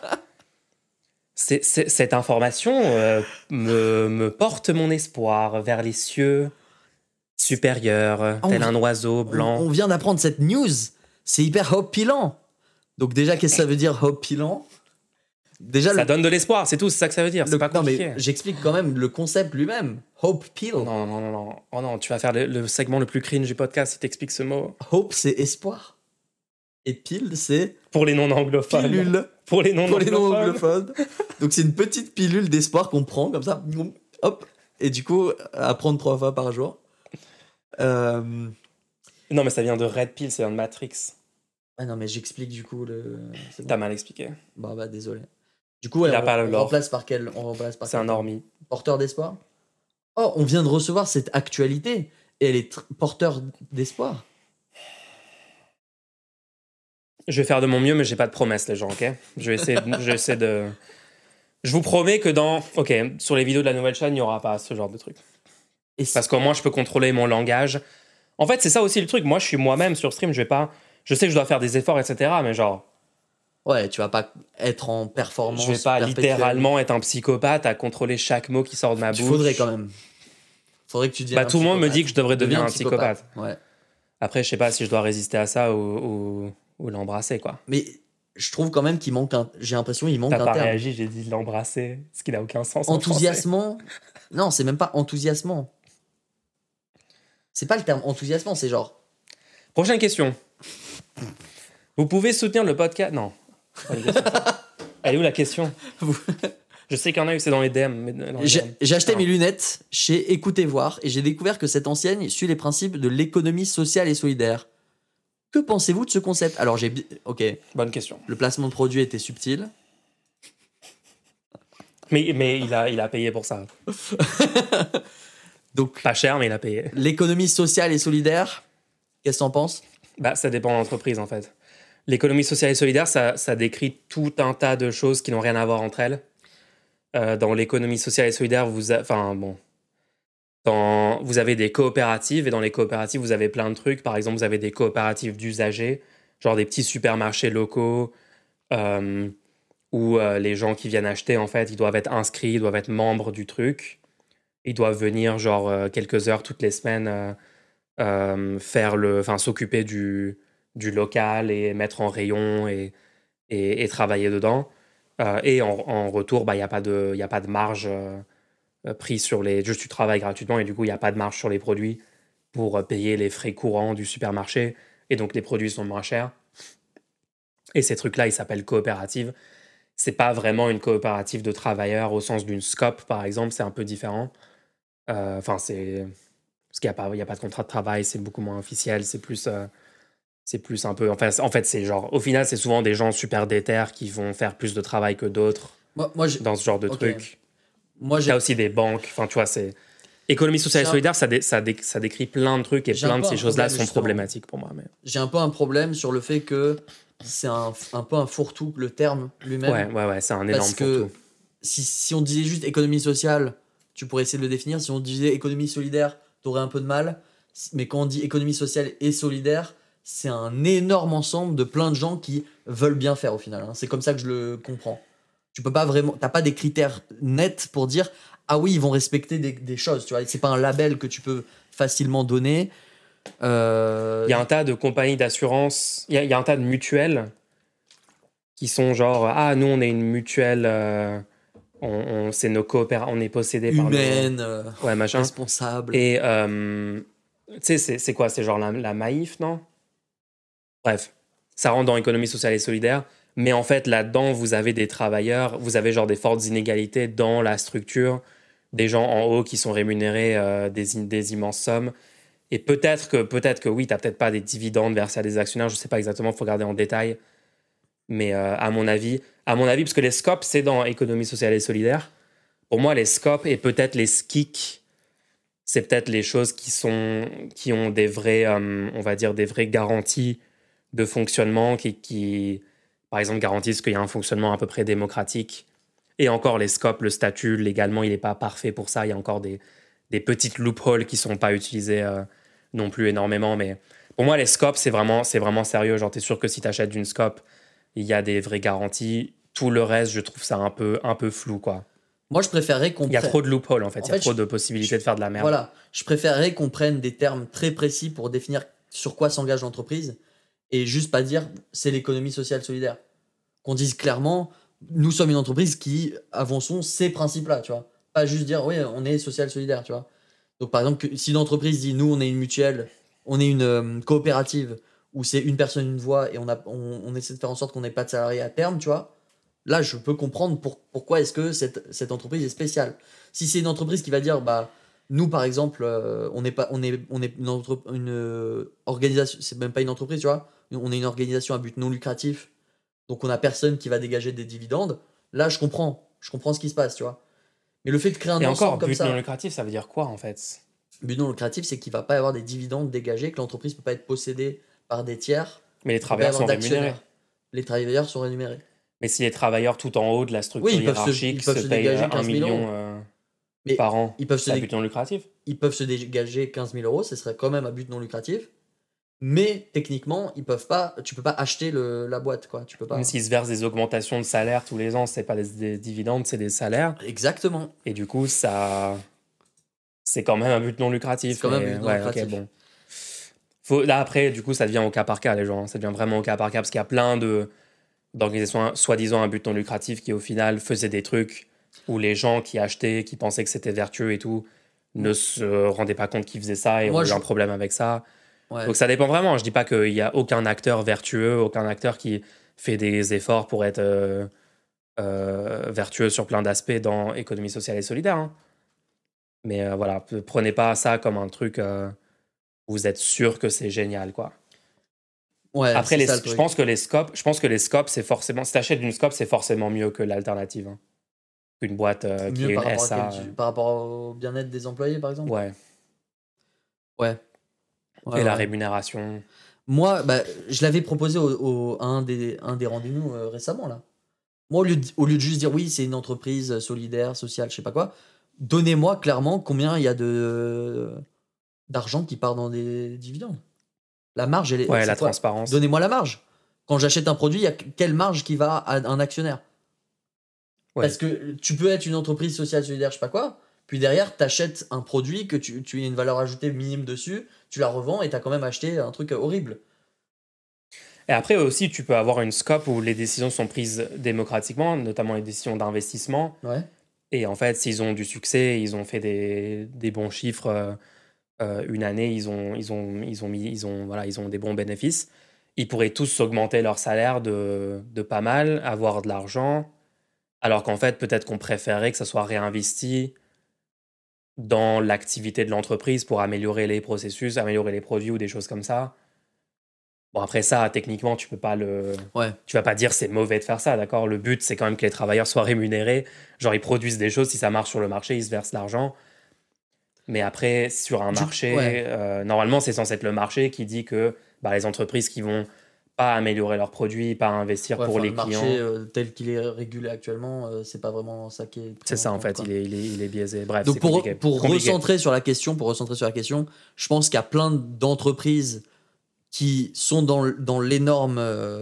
Cette information me porte mon espoir vers les cieux supérieurs, tel un oiseau blanc. On vient d'apprendre cette news. C'est hyper hope pilant. Donc, déjà, qu'est-ce que ça veut dire hope pilant? Déjà, Ça donne de l'espoir, c'est tout, c'est ça que ça veut dire. C'est pas non, compliqué. mais j'explique quand même le concept lui-même. Hope peel. Non. Oh non, tu vas faire le segment le plus cringe du podcast si t'expliques ce mot. Hope, c'est espoir. Et pile, c'est Pour les non-anglophones. pilule. Pour les Pour les non-anglophones. non-anglophones. Donc, c'est une petite pilule d'espoir qu'on prend comme ça. Hop. Et du coup, à prendre 3 fois par jour. Non, mais ça vient de Red Pill, c'est un Matrix. Ah non, mais j'explique du coup le. C'est bon. T'as mal expliqué. Bah, désolé. Du coup, ouais, Il a pas le on lore. remplace par quel. On remplace par C'est un quel normie. porteur d'espoir. Oh, on vient de recevoir cette actualité. Et elle est porteur d'espoir. Je vais faire de mon mieux, mais j'ai pas de promesses, les gens, ok? Je vais essayer de... Je vous promets que sur les vidéos de la nouvelle chaîne, il n'y aura pas ce genre de truc. Et Parce qu'au moins, je peux contrôler mon langage. En fait, c'est ça aussi le truc. Moi, je suis moi-même sur stream, je sais que je dois faire des efforts, etc., mais genre, ouais, tu vas pas être en performance. je vais pas perpétuelle. littéralement être un psychopathe à contrôler chaque mot qui sort de ma bouche. Tu faudrais quand même. Faudrait que tu deviennes. Bah, tout le monde me dit que je devrais devenir Deviens un psychopathe. Ouais. Après, je sais pas si je dois résister à ça ou l'embrasser, quoi. Mais je trouve quand même qu'il manque un. J'ai l'impression qu'il manque T'as un pas terme. réagi, j'ai dit l'embrasser, ce qui n'a aucun sens. en français. Enthousiasmant. Non, c'est même pas enthousiasmant. C'est pas le terme enthousiasmant, c'est genre. Prochaine question. Vous pouvez soutenir le podcast. Non. Pas les questions. Elle est où la question? Je sais qu'il y en a eu, c'est dans les DM. Mais dans les DM. J'ai acheté Non. mes lunettes chez Écoutez Voir et j'ai découvert que cette enseigne suit les principes de l'économie sociale et solidaire. Que pensez-vous de ce concept? Alors ok, Bonne question. le placement de produit était subtil. Mais il a payé pour ça. Donc Pas cher, mais il a payé. l'économie sociale et solidaire, qu'est-ce que t'en penses? Bah, ça dépend de l'entreprise, en fait. L'économie sociale et solidaire, ça décrit tout un tas de choses qui n'ont rien à voir entre elles. Dans l'économie sociale et solidaire, vous avez des coopératives, et dans les coopératives, vous avez plein de trucs. Par exemple, vous avez des coopératives d'usagers, genre des petits supermarchés locaux, où les gens qui viennent acheter, en fait, ils doivent être inscrits, ils doivent être membres du truc. Ils doivent venir, genre, quelques heures toutes les semaines s'occuper du local et mettre en rayon et travailler dedans. Et en retour, il n'y a pas de marge prise sur les... Juste tu travailles gratuitement et du coup, il n'y a pas de marge sur les produits pour payer les frais courants du supermarché. Et donc, les produits sont moins chers. Et ces trucs-là, ils s'appellent coopératives. C'est pas vraiment une coopérative de travailleurs au sens d'une SCOP, par exemple. C'est un peu différent. Parce qu'il n'y a pas de contrat de travail, c'est beaucoup moins officiel, c'est plus un peu... En fait, c'est genre... Au final, c'est souvent des gens super déter qui vont faire plus de travail que d'autres dans ce genre de truc. Il y a aussi des banques, enfin, tu vois, c'est... Économie sociale et solidaire, ça décrit plein de trucs et plein de ces choses-là sont problématiques pour moi. Mais... J'ai un peu un problème sur le fait que c'est un peu un fourre-tout, le terme lui-même. Ouais, c'est un énorme Parce que fourre-tout. si on disait juste économie sociale, tu pourrais essayer de le définir. Si on disait économie solidaire, t'aurais un peu de mal. Mais quand on dit économie sociale et solidaire, c'est un énorme ensemble de plein de gens qui veulent bien faire au final. C'est comme ça que je le comprends. Tu peux pas vraiment, t'as pas des critères nets pour dire ah oui, ils vont respecter des choses. Tu vois, c'est pas un label que tu peux facilement donner. Il y a un tas de compagnies d'assurance, il y a un tas de mutuelles qui sont genre ah nous on est une mutuelle, c'est nos on est possédé humaine, par machin, responsable. Et tu sais c'est quoi, c'est genre la Maïf, non? Bref, ça rentre dans économie sociale et solidaire, mais en fait là-dedans vous avez des travailleurs, vous avez genre des fortes inégalités dans la structure, des gens en haut qui sont rémunérés des immenses sommes Et peut-être que oui, tu n'as peut-être pas des dividendes versés à des actionnaires, je ne sais pas exactement, il faut regarder en détail. Mais à mon avis, parce que les SCOP, c'est dans économie sociale et solidaire. Pour moi, les SCOP et peut-être les SKIC, c'est peut-être les choses qui ont des vraies, on va dire, des vraies garanties de fonctionnement qui, par exemple, garantissent qu'il y a un fonctionnement à peu près démocratique. Et encore, les SCOP, le statut, légalement, il n'est pas parfait pour ça. Il y a encore des petites loopholes qui ne sont pas utilisées non plus énormément. Mais pour moi, les SCOP, c'est vraiment sérieux. Genre, tu es sûr que si tu achètes une SCOP, il y a des vraies garanties. Tout le reste, je trouve ça un peu flou, quoi. Moi, je préférerais qu'on Il y a trop de loopholes, en fait. Il y a trop de possibilités de faire de la merde. Voilà. Je préférerais qu'on prenne des termes très précis pour définir sur quoi s'engage l'entreprise et juste pas dire c'est l'économie sociale solidaire. Qu'on dise clairement, nous sommes une entreprise qui avançons ces principes-là, tu vois. Pas juste dire, oui, on est social solidaire, tu vois. Donc, par exemple, si une entreprise dit, nous, on est une mutuelle, on est une coopérative, où c'est une personne, une voix, et on essaie de faire en sorte qu'on n'ait pas de salariés à terme, tu vois. Là, je peux comprendre pourquoi est-ce que cette entreprise est spéciale. Si c'est une entreprise qui va dire, bah, nous, par exemple, on est une organisation, c'est même pas une entreprise, tu vois. On est une organisation à but non lucratif, donc on a personne qui va dégager des dividendes. Là, je comprends ce qui se passe, tu vois. Mais le fait de créer un ensemble comme ça... but non lucratif, ça veut dire quoi, en fait? But non lucratif, c'est qu'il va pas y avoir des dividendes dégagés, que l'entreprise peut pas être possédée par des tiers. Mais les travailleurs sont rémunérés. Les travailleurs sont rémunérés. Mais si les travailleurs tout en haut de la structure hiérarchique se payent 1 million par an, c'est à but non lucratif. Ils peuvent se dégager 15 000 euros, ce serait quand même à but non lucratif. Mais techniquement, tu peux pas acheter la boîte, quoi. Tu peux pas. Même s'ils se versent des augmentations de salaire tous les ans, c'est pas des dividendes, c'est des salaires. Exactement. Et du coup, ça, c'est quand même un but non lucratif. C'est quand même un but non lucratif. Okay, bon. Là après, du coup, ça devient au cas par cas, les gens. Ça devient vraiment au cas par cas parce qu'il y a plein d'organisations soi-disant à but non lucratif qui au final faisaient des trucs où les gens qui achetaient, qui pensaient que c'était vertueux et tout, ne se rendaient pas compte qu'ils faisaient ça et ont eu un problème avec ça. Ouais. Donc ça dépend vraiment. Je dis pas qu'il y a aucun acteur vertueux, aucun acteur qui fait des efforts pour être vertueux sur plein d'aspects dans économie sociale et solidaire. Hein. Mais voilà, prenez pas ça comme un truc où vous êtes sûr que c'est génial, quoi. Ouais, après, je pense que les scopes, c'est forcément... Si t'achètes une scope, c'est forcément mieux que l'alternative. Hein. Une boîte qui est une SA. Par rapport au bien-être des employés, par exemple. Ouais. Et la rémunération. Moi, je l'avais proposé à un des rendez-vous récemment, là. Moi, au lieu de juste dire oui, c'est une entreprise solidaire, sociale, je sais pas quoi, donnez-moi clairement combien il y a d'argent qui part dans des dividendes. La marge, elle est... Ouais, la transparence. Donnez-moi la marge. Quand j'achète un produit, il y a quelle marge qui va à un actionnaire? Ouais. Parce que tu peux être une entreprise sociale, solidaire, je sais pas quoi, puis derrière, tu achètes un produit que tu as une valeur ajoutée minime dessus, tu la revends et tu as quand même acheté un truc horrible. Et après aussi, tu peux avoir une scope où les décisions sont prises démocratiquement, notamment les décisions d'investissement. Ouais. Et en fait, s'ils ont du succès, ils ont fait des bons chiffres une année, ils ont des bons bénéfices. Ils pourraient tous augmenter leur salaire de pas mal, avoir de l'argent, alors qu'en fait, peut-être qu'on préférerait que ça soit réinvesti dans l'activité de l'entreprise pour améliorer les processus, améliorer les produits ou des choses comme ça. Bon, après ça, techniquement, tu peux pas tu vas pas dire c'est mauvais de faire ça, d'accord? Le but, c'est quand même que les travailleurs soient rémunérés. Genre, ils produisent des choses, si ça marche sur le marché, ils se versent l'argent. Mais après, sur un marché, normalement, c'est censé être le marché qui dit que les entreprises qui vont pas améliorer leurs produits, pas investir pour les clients... Le marché tel qu'il est régulé actuellement, c'est pas vraiment ça qui est... C'est ça, en fait, il est biaisé. Bref, donc pour recentrer sur la question, je pense qu'il y a plein d'entreprises qui sont dans l'énorme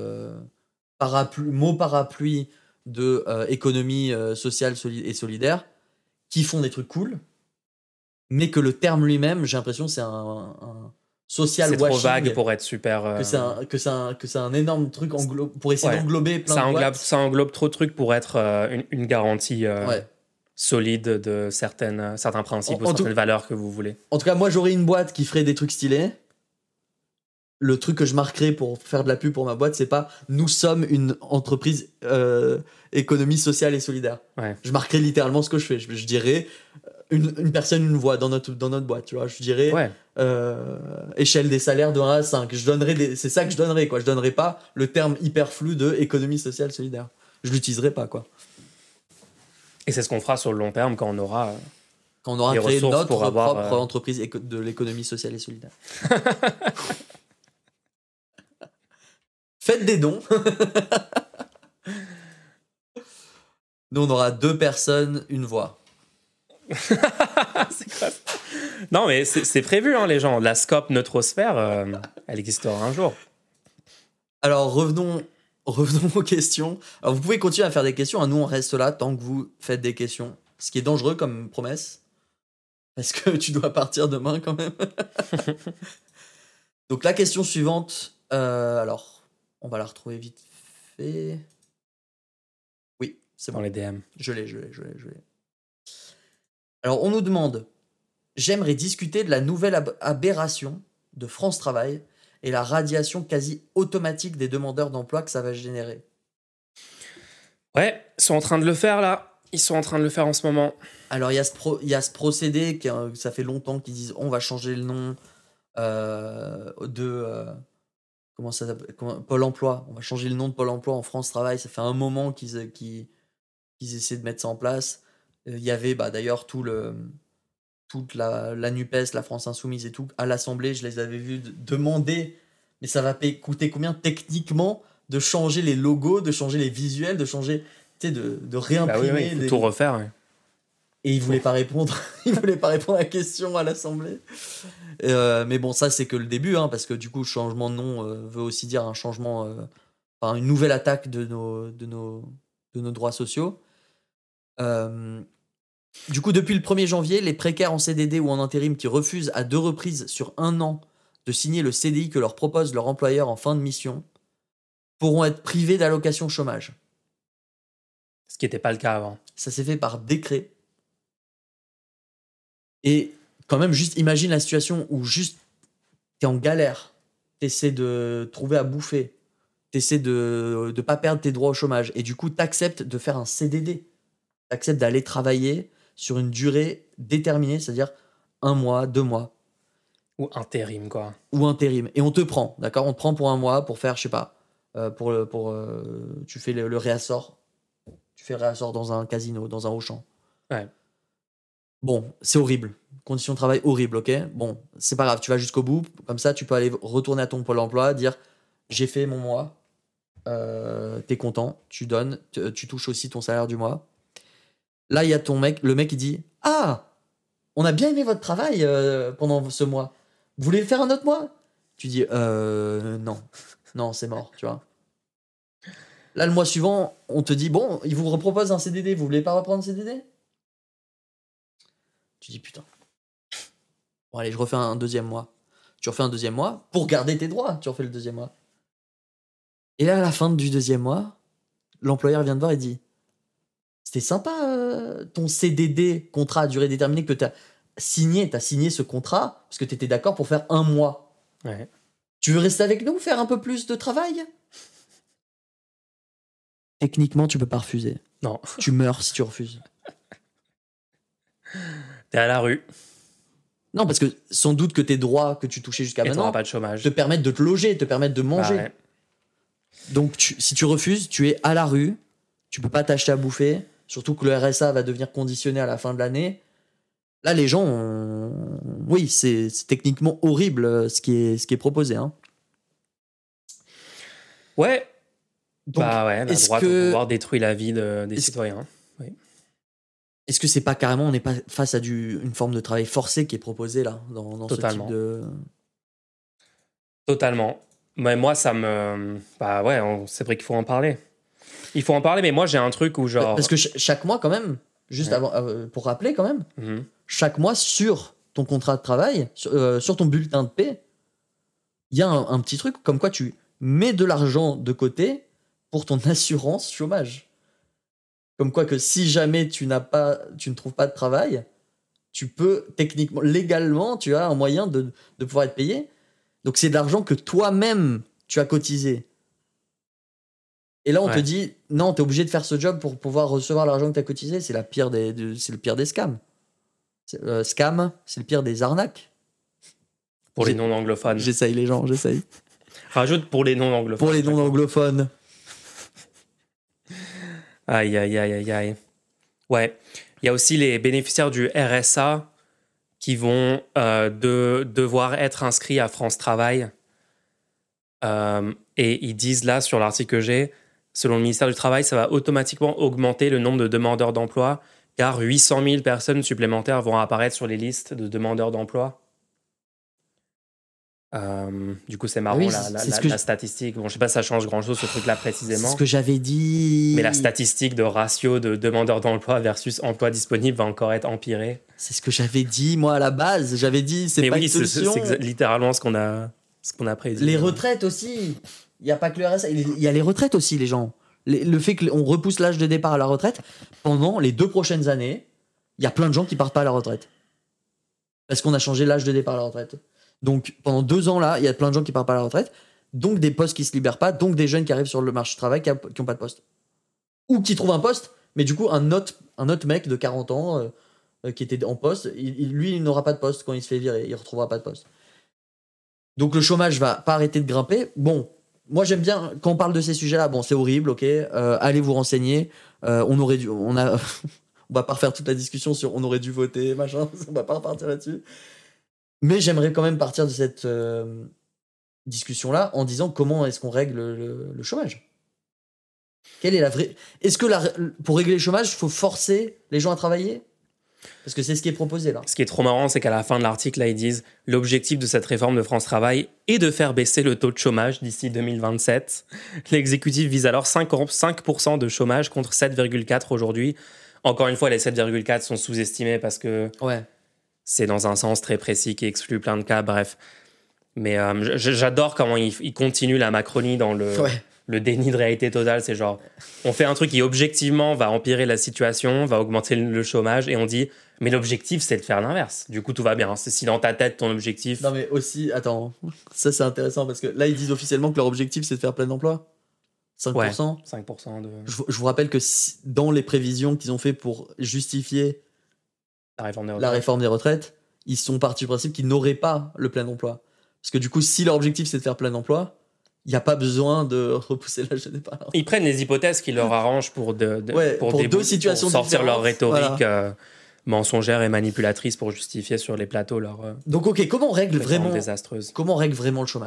mot parapluie de économie sociale et solidaire, qui font des trucs cool, mais que le terme lui-même, j'ai l'impression que c'est un social washing. C'est trop vague pour être super... Que c'est un énorme truc pour essayer d'englober plein de boîtes. Ça englobe trop de trucs pour être une garantie solide de certains principes ou certaines valeurs que vous voulez. En tout cas, moi, j'aurais une boîte qui ferait des trucs stylés. Le truc que je marquerais pour faire de la pub pour ma boîte, c'est pas « nous sommes une entreprise économie sociale et solidaire ». Je marquerais littéralement ce que je fais. Je dirais une personne, une voix dans notre boîte, tu vois. Je dirais Ouais. échelle des salaires de 1 à 5. C'est ça que je donnerais, quoi. Je donnerais pas le terme hyper flou de économie sociale solidaire. Je l'utiliserai pas, quoi. Et c'est ce qu'on fera sur le long terme quand on aura. Quand on aura les créé ressources notre pour avoir, propre entreprise de l'économie sociale et solidaire. Faites des dons. Nous, on aura 2 personnes, une voix. C'est quoi ça? Non, mais c'est prévu, hein, les gens. La scope neutrosphère, elle existera un jour. Alors, revenons aux questions. Alors, vous pouvez continuer à faire des questions. Nous, on reste là tant que vous faites des questions. Ce qui est dangereux comme promesse. Parce que tu dois partir demain quand même. Donc, la question suivante. Alors, on va la retrouver vite fait. Oui, c'est Dans bon. les DM. Je l'ai. Alors, on nous demande: j'aimerais discuter de la nouvelle aberration de France Travail et la radiation quasi automatique des demandeurs d'emploi que ça va générer. Ouais, ils sont en train de le faire là. Ils sont en train de le faire en ce moment. Alors, il y a ce procédé, ça fait longtemps qu'ils disent on va changer le nom comment ça s'appelle, Pôle emploi. On va changer le nom de Pôle emploi en France Travail. Ça fait un moment qu'ils essaient de mettre ça en place. Il y avait d'ailleurs toute la NUPES, la France Insoumise et tout, à l'Assemblée, je les avais vus demander, mais ça va coûter combien techniquement de changer les logos, de changer les visuels, de changer, de réimprimer. Faut tout refaire. Ouais. Et ils voulaient pas répondre. Ils voulaient pas répondre à la question à l'Assemblée. Mais bon, ça c'est que le début, hein, parce que du coup, changement de nom veut aussi dire un changement, une nouvelle attaque de nos droits sociaux. Du coup, depuis le 1er janvier, les précaires en CDD ou en intérim qui refusent à 2 reprises sur 1 an de signer le CDI que leur propose leur employeur en fin de mission pourront être privés d'allocation chômage. Ce qui n'était pas le cas avant. Ça s'est fait par décret. Et quand même, juste imagine la situation où juste t'es en galère, t'essaies de trouver à bouffer, t'essaies de pas perdre tes droits au chômage, et du coup, t'acceptes de faire un CDD. T'acceptes d'aller travailler sur une durée déterminée, c'est-à-dire 1 mois, 2 mois. Ou intérim, quoi. Ou intérim. Et on te prend, d'accord? On te prend pour 1 mois pour faire, je sais pas, tu fais le réassort. Tu fais le réassort dans un casino, dans un Auchan. Ouais. Bon, c'est horrible. Conditions de travail horribles, ok? Bon, c'est pas grave, tu vas jusqu'au bout. Comme ça, tu peux aller retourner à ton Pôle emploi, dire j'ai fait mon mois, t'es content, tu donnes, tu touches aussi ton salaire du mois. Là, il y a le mec qui dit ah, on a bien aimé votre travail pendant ce mois. Vous voulez faire un autre mois? Tu dis non, c'est mort, tu vois. Là, le mois suivant, on te dit bon, il vous repropose un CDD, vous voulez pas reprendre CDD? Tu dis putain. Bon, allez, je refais un 2e mois. Tu refais un 2e mois pour garder tes droits. Tu refais le 2e mois. Et là, à la fin du 2e mois, l'employeur vient te voir et dit c'était sympa ton CDD, contrat à durée déterminée, que t'as signé ce contrat parce que t'étais d'accord pour faire 1 mois. Ouais. Tu veux rester avec nous, faire un peu plus de travail? Techniquement, tu peux pas refuser. Non. Tu meurs si tu refuses. T'es à la rue. Non, parce que sans doute que tes droits que tu touchais jusqu'à Et maintenant t'auras pas de chômage. te permettent de te loger, te permettent de manger. Bah ouais. Donc, si tu refuses, tu es à la rue, tu peux pas t'acheter à bouffer, surtout que le RSA va devenir conditionné à la fin de l'année. Là, les gens oui, c'est techniquement horrible ce qui est proposé. Hein. Ouais. Donc, bah ouais, la droite au pouvoir détruit la vie des citoyens. Oui. Est-ce que c'est pas carrément, on n'est pas face à une forme de travail forcé qui est proposée là, dans ce type de... Totalement. Mais moi, ça me... Bah ouais, c'est vrai qu'il faut en parler. Il faut en parler, mais moi, j'ai un truc où genre... Parce que chaque mois, quand même, juste avant, pour rappeler quand même, chaque mois, sur ton contrat de travail, sur ton bulletin de paie, il y a un petit truc comme quoi tu mets de l'argent de côté pour ton assurance chômage. Comme quoi que si jamais tu ne trouves pas de travail, tu peux techniquement, légalement, tu as un moyen de pouvoir être payé. Donc c'est de l'argent que toi-même tu as cotisé. Et là on te dit non, tu es obligé de faire ce job pour pouvoir recevoir l'argent que tu as cotisé. C'est le pire des scams. Scam, c'est le pire des arnaques. Pour les non-anglophones. J'essaye les gens, j'essaye. Rajoute pour les non-anglophones. Pour les non-anglophones. Aïe, aïe, aïe, aïe, aïe. Ouais. Il y a aussi les bénéficiaires du RSA qui vont devoir être inscrits à France Travail. Et ils disent là, sur l'article que j'ai, selon le ministère du Travail, ça va automatiquement augmenter le nombre de demandeurs d'emploi, car 800 000 personnes supplémentaires vont apparaître sur les listes de demandeurs d'emploi. Du coup, c'est marrant, Oui, la statistique. Bon, je sais pas si ça change grand-chose, ce truc-là, précisément. C'est ce que j'avais dit. Mais la statistique de ratio de demandeurs d'emploi versus emploi disponible va encore être empirée. C'est ce que j'avais dit, moi, à la base. J'avais dit, c'est mais pas oui, une solution. C'est littéralement ce qu'on a prédit. Les retraites aussi. Il n'y a pas que le RSA. Il y a les retraites aussi, les gens. Le fait qu'on repousse l'âge de départ à la retraite, pendant les 2 prochaines années, il y a plein de gens qui partent pas à la retraite. Parce qu'on a changé l'âge de départ à la retraite. Donc, pendant 2 ans, là, il y a plein de gens qui partent pas à la retraite. Donc, des postes qui se libèrent pas. Donc, des jeunes qui arrivent sur le marché du travail qui ont pas de poste. Ou qui trouvent un poste, mais du coup, un autre mec de 40 ans qui était en poste, lui, il n'aura pas de poste quand il se fait virer. Il retrouvera pas de poste. Donc, le chômage va pas arrêter de grimper. Bon, moi, j'aime bien, quand on parle de ces sujets-là, bon, c'est horrible, ok, allez vous renseigner. On va pas refaire toute la discussion sur on aurait dû voter, machin, on va pas repartir là-dessus. Mais j'aimerais quand même partir de cette discussion-là en disant comment est-ce qu'on règle le chômage. Quelle est la vraie... Est-ce que pour régler le chômage, il faut forcer les gens à travailler ? Parce que c'est ce qui est proposé là. Ce qui est trop marrant, c'est qu'à la fin de l'article, là, ils disent l'objectif de cette réforme de France Travail est de faire baisser le taux de chômage d'ici 2027. L'exécutif vise alors 5% de chômage contre 7,4 aujourd'hui. Encore une fois, les 7,4 sont sous-estimés parce que c'est dans un sens très précis qui exclut plein de cas, bref. Mais j'adore comment il continue la Macronie dans le déni de réalité totale. C'est genre, on fait un truc qui objectivement va empirer la situation, va augmenter le chômage, et on dit, mais l'objectif c'est de faire l'inverse. Du coup, tout va bien. C'est si dans ta tête, ton objectif... Non mais aussi, attends, ça c'est intéressant parce que là ils disent officiellement que leur objectif c'est de faire plein d'emploi. 5%. Ouais, 5% de... Je vous rappelle que dans les prévisions qu'ils ont fait pour justifier la réforme des retraites, ils sont partis du principe qu'ils n'auraient pas le plein emploi. Parce que du coup, si leur objectif c'est de faire plein emploi, il n'y a pas besoin de repousser l'âge de départ. Ils prennent les hypothèses qui leur arrangent pour deux situations pour sortir leur rhétorique mensongère et manipulatrice pour justifier sur les plateaux leur... Donc ok, comment on règle vraiment le chômage ?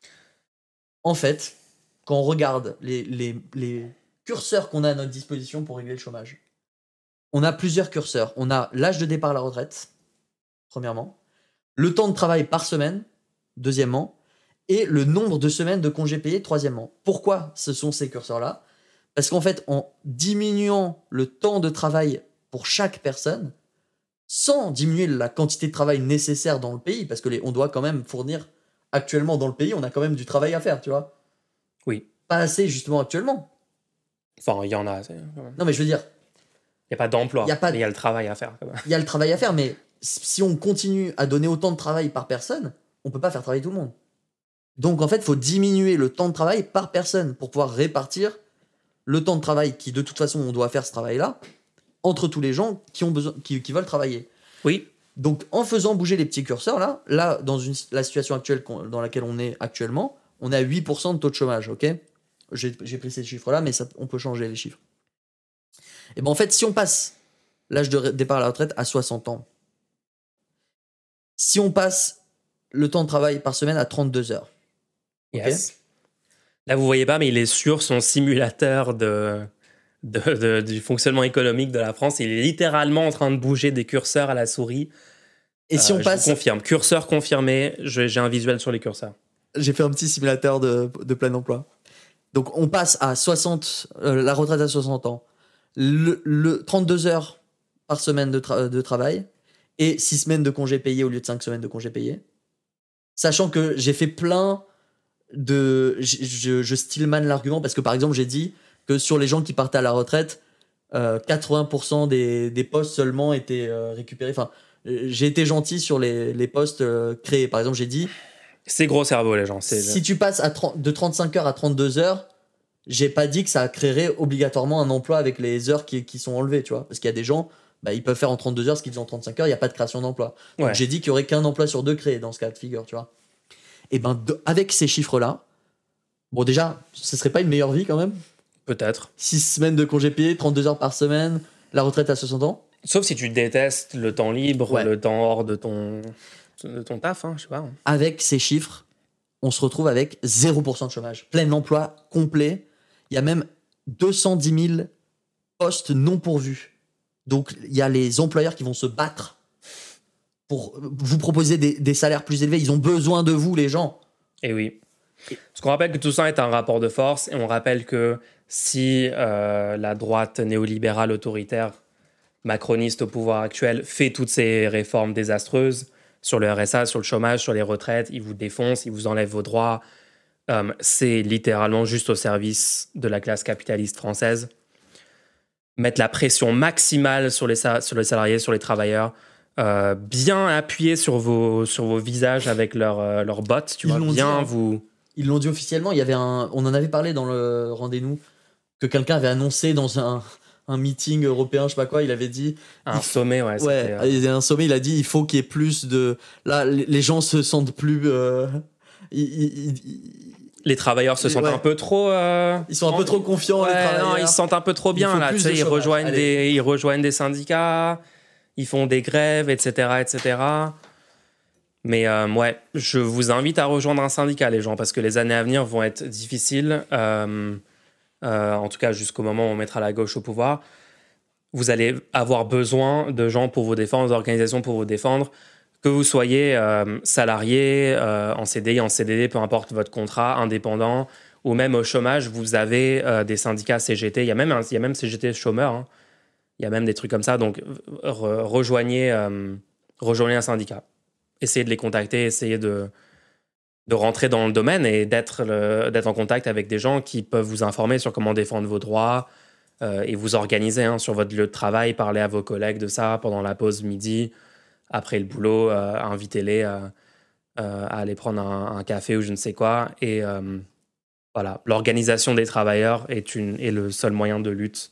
En fait, quand on regarde les curseurs qu'on a à notre disposition pour régler le chômage, on a plusieurs curseurs. On a l'âge de départ à la retraite, premièrement, le temps de travail par semaine, deuxièmement, et le nombre de semaines de congés payés, troisièmement. Pourquoi ce sont ces curseurs-là ? Parce qu'en fait, en diminuant le temps de travail pour chaque personne, sans diminuer la quantité de travail nécessaire dans le pays, parce que on doit quand même fournir actuellement dans le pays, on a quand même du travail à faire, tu vois. Oui. Pas assez, justement, actuellement. Enfin, il y en a. Non, mais je veux dire... Il n'y a pas d'emploi, mais il y a le travail à faire. Il y a le travail à faire, mais si on continue à donner autant de travail par personne, on peut pas faire travailler tout le monde. Donc, en fait, il faut diminuer le temps de travail par personne pour pouvoir répartir le temps de travail qui, de toute façon, on doit faire ce travail-là entre tous les gens qui veulent travailler. Oui. Donc, en faisant bouger les petits curseurs, là dans la situation actuelle dans laquelle on est actuellement, on est à 8% de taux de chômage, ok ? J'ai pris ces chiffres-là, mais on peut changer les chiffres. Et ben en fait, si on passe l'âge de départ à la retraite à 60 ans, si on passe le temps de travail par semaine à 32 heures, yes. Okay. Là, vous voyez pas, mais il est sur son simulateur du fonctionnement économique de la France. Il est littéralement en train de bouger des curseurs à la souris. Et si on passe... Je confirme. Curseur confirmé. J'ai un visuel sur les curseurs. J'ai fait un petit simulateur de plein emploi. Donc, on passe à 60... la retraite à 60 ans. Le 32 heures par semaine de travail et 6 semaines de congés payés au lieu de 5 semaines de congés payés. Sachant que j'ai fait plein de... Je stillman l'argument parce que, par exemple, j'ai dit que sur les gens qui partaient à la retraite, 80% des postes seulement étaient récupérés. Enfin, j'ai été gentil sur les postes créés. Par exemple, j'ai dit... C'est gros cerveau, les gens. Si tu passes de 35 heures à 32 heures, j'ai pas dit que ça créerait obligatoirement un emploi avec les heures qui sont enlevées, tu vois. Parce qu'il y a des gens ils peuvent faire en 32 heures ce qu'ils faisaient en 35 heures, il n'y a pas de création d'emploi. Donc Ouais. j'ai dit qu'il n'y aurait qu'un emploi sur 2 créé dans ce cas de figure, tu vois. Et avec ces chiffres-là, bon déjà, ce serait pas une meilleure vie quand même. Peut-être. 6 semaines de congés payés, 32 heures par semaine, la retraite à 60 ans. Sauf si tu détestes le temps libre, Ouais. le temps hors de ton taf, je sais pas. Avec ces chiffres, on se retrouve avec 0% de chômage. Plein emploi complet. Il y a même 210 000 postes non pourvus. Donc, il y a les employeurs qui vont se battre pour vous proposer des salaires plus élevés. Ils ont besoin de vous, les gens. Et oui. Parce qu'on rappelle que tout ça est un rapport de force, et on rappelle que si la droite néolibérale autoritaire macroniste au pouvoir actuel fait toutes ces réformes désastreuses sur le RSA, sur le chômage, sur les retraites, ils vous défoncent, ils vous enlèvent vos droits. C'est littéralement juste au service de la classe capitaliste française. Mettre la pression maximale sur les salariés, sur les travailleurs, bien appuyer sur vos visages avec leurs bottes, tu Ils vois, l'ont bien dit, vous... Ils l'ont dit officiellement. On en avait parlé dans le rendez-nous que quelqu'un avait annoncé dans un meeting européen, je sais pas quoi. Il avait dit Un sommet, ouais. ouais, il y a un sommet. Il a dit il faut qu'il y ait plus de. Là, les gens se sentent plus. Les travailleurs se sentent ouais. un peu trop... Ils sont un peu trop confiants, les travailleurs. Non, ils se sentent un peu trop bien, faut là. plus Tu sais, de ils chômage. rejoignent des syndicats, ils font des grèves, etc., etc. Mais ouais, je vous invite à rejoindre un syndicat, les gens, parce que les années à venir vont être difficiles. En tout cas, jusqu'au moment où on mettra la gauche au pouvoir. Vous allez avoir besoin de gens pour vous défendre, d'organisations pour vous défendre. Que vous soyez salarié, en CDI, en CDD, peu importe votre contrat, indépendant, ou même au chômage, vous avez des syndicats CGT. Il y a même CGT chômeur. Hein. Il y a même des trucs comme ça. Donc, rejoignez un syndicat. Essayez de les contacter, essayez de rentrer dans le domaine et d'être en contact avec des gens qui peuvent vous informer sur comment défendre vos droits et vous organiser sur votre lieu de travail, parler à vos collègues de ça pendant la pause midi, après le boulot, invitez-les à aller prendre un café ou je ne sais quoi. Et voilà, l'organisation des travailleurs est le seul moyen de lutte,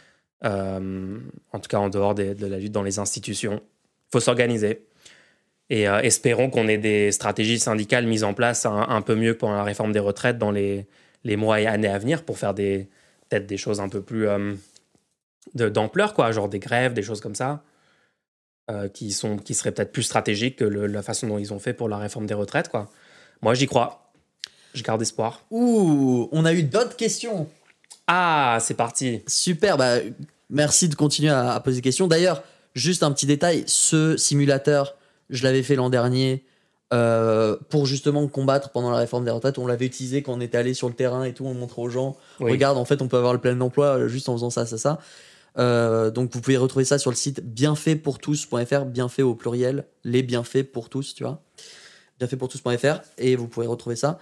en tout cas en dehors de la lutte dans les institutions. Il faut s'organiser. Et espérons qu'on ait des stratégies syndicales mises en place un peu mieux que pendant la réforme des retraites dans les mois et années à venir pour faire peut-être des choses un peu plus d'ampleur, quoi, genre des grèves, des choses comme ça, qui seraient peut-être plus stratégiques que la façon dont ils ont fait pour la réforme des retraites, quoi. Moi, j'y crois. Je garde espoir. Ouh, on a eu d'autres questions. Ah, c'est parti. Super, merci de continuer à poser des questions. D'ailleurs, juste un petit détail, ce simulateur, je l'avais fait l'an dernier pour justement combattre pendant la réforme des retraites. On l'avait utilisé quand on était allé sur le terrain et tout, on montrait aux gens, Oui. regarde, en fait, on peut avoir le plein emploi juste en faisant ça. Donc vous pouvez retrouver ça sur le site bienfaitpourtous.fr, bienfait au pluriel, les bienfaits pour tous, tu vois, bienfaitpourtous.fr, et vous pourrez retrouver ça.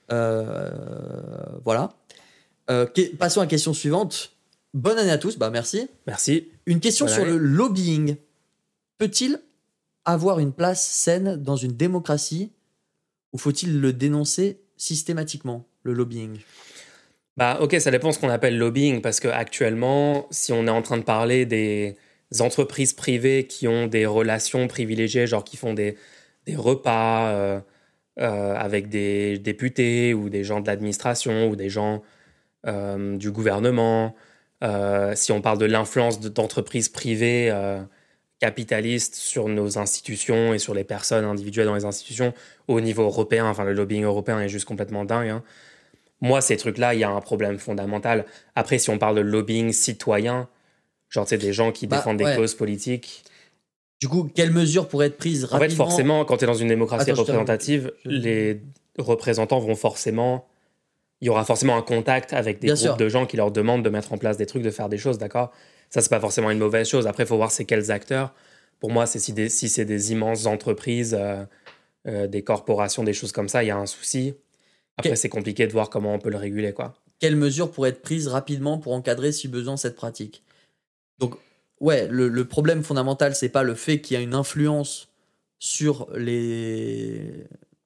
Voilà. Passons à la question suivante. Bonne année à tous, merci. Merci. Une question Bonne sur année. le lobbying. Peut-il avoir une place saine dans une démocratie ou faut-il le dénoncer systématiquement, le lobbying ? Ok, ça dépend de ce qu'on appelle lobbying, parce qu'actuellement, si on est en train de parler des entreprises privées qui ont des relations privilégiées, genre qui font des repas avec des députés ou des gens de l'administration ou des gens du gouvernement, si on parle de l'influence d'entreprises privées capitalistes sur nos institutions et sur les personnes individuelles dans les institutions au niveau européen, enfin le lobbying européen est juste complètement dingue, hein. Moi, ces trucs-là, il y a un problème fondamental. Après, si on parle de lobbying citoyen, genre, tu sais, des gens qui défendent des causes politiques. Du coup, quelles mesures pourraient être prises rapidement ? En fait, forcément, quand tu es dans une démocratie représentative, les représentants vont forcément... Il y aura forcément un contact avec des groupes de gens qui leur demandent de mettre en place des trucs, de faire des choses, d'accord ? Ça, c'est pas forcément une mauvaise chose. Après, il faut voir c'est quels acteurs. Pour moi, c'est si c'est des immenses entreprises, des corporations, des choses comme ça, il y a un souci. Après, c'est compliqué de voir comment on peut le réguler, quoi. Quelles mesures pourraient être prises rapidement pour encadrer, si besoin, cette pratique ? Donc, ouais, le problème fondamental, c'est pas le fait qu'il y a une influence sur les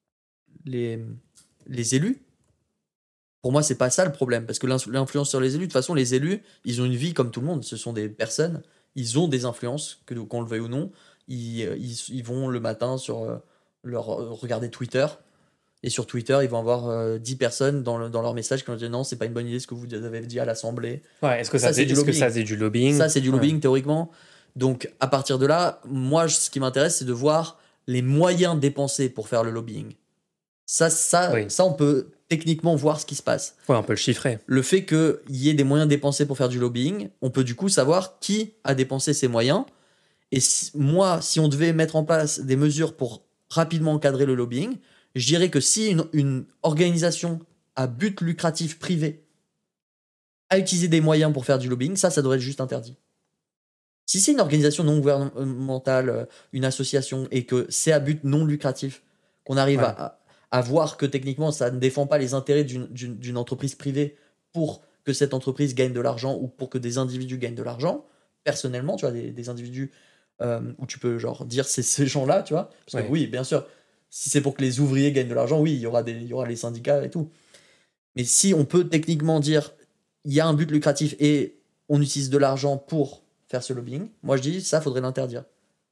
élus. Pour moi, c'est pas ça le problème, parce que l'influence sur les élus, de toute façon, les élus, ils ont une vie comme tout le monde. Ce sont des personnes, ils ont des influences, qu'on le veuille ou non. Ils vont le matin regarder Twitter. Et sur Twitter, ils vont avoir 10 personnes dans leur message qui vont dire non, c'est pas une bonne idée ce que vous avez dit à l'Assemblée. Ouais, est-ce que ça c'est du lobbying? Ça, c'est du lobbying théoriquement. Donc, à partir de là, moi, ce qui m'intéresse, c'est de voir les moyens dépensés pour faire le lobbying. Ça, on peut techniquement voir ce qui se passe. Ouais, on peut le chiffrer. Le fait qu'il y ait des moyens dépensés pour faire du lobbying, on peut du coup savoir qui a dépensé ces moyens. Et si on devait mettre en place des mesures pour rapidement encadrer le lobbying, je dirais que si une organisation à but lucratif privé a utilisé des moyens pour faire du lobbying, ça devrait être juste interdit. Si c'est une organisation non gouvernementale, une association, et que c'est à but non lucratif, qu'on arrive à voir que techniquement ça ne défend pas les intérêts d'une entreprise privée pour que cette entreprise gagne de l'argent ou pour que des individus gagnent de l'argent, personnellement, tu vois, des individus où tu peux genre dire c'est ces gens-là, tu vois, parce que oui, bien sûr, si c'est pour que les ouvriers gagnent de l'argent, oui, il y aura les syndicats et tout. Mais si on peut techniquement dire il y a un but lucratif et on utilise de l'argent pour faire ce lobbying, moi je dis ça, faudrait l'interdire.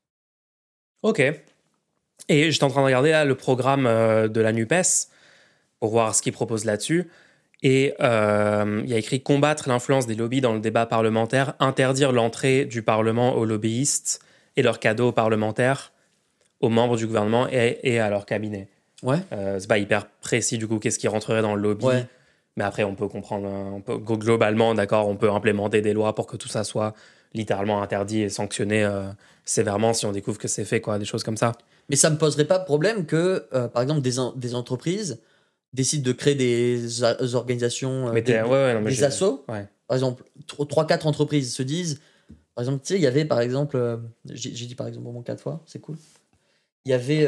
Ok. Et j'étais en train de regarder là, le programme de la NUPES pour voir ce qu'ils proposent là-dessus. Et il y a écrit combattre l'influence des lobbies dans le débat parlementaire, interdire l'entrée du Parlement aux lobbyistes et leurs cadeaux parlementaires aux membres du gouvernement et à leur cabinet. Ouais. C'est pas hyper précis du coup qu'est-ce qui rentrerait dans le lobby. Ouais. Mais après on peut comprendre, globalement, d'accord, on peut implémenter des lois pour que tout ça soit littéralement interdit et sanctionné sévèrement si on découvre que c'est fait, quoi, des choses comme ça. Mais ça me poserait pas de problème que, par exemple, des entreprises décident de créer des organisations, des assos. Ouais. Par exemple, 3-4 entreprises se disent, par exemple, tu sais, il y avait par exemple, j'ai dit par exemple au moins 4 fois, c'est cool. Il y avait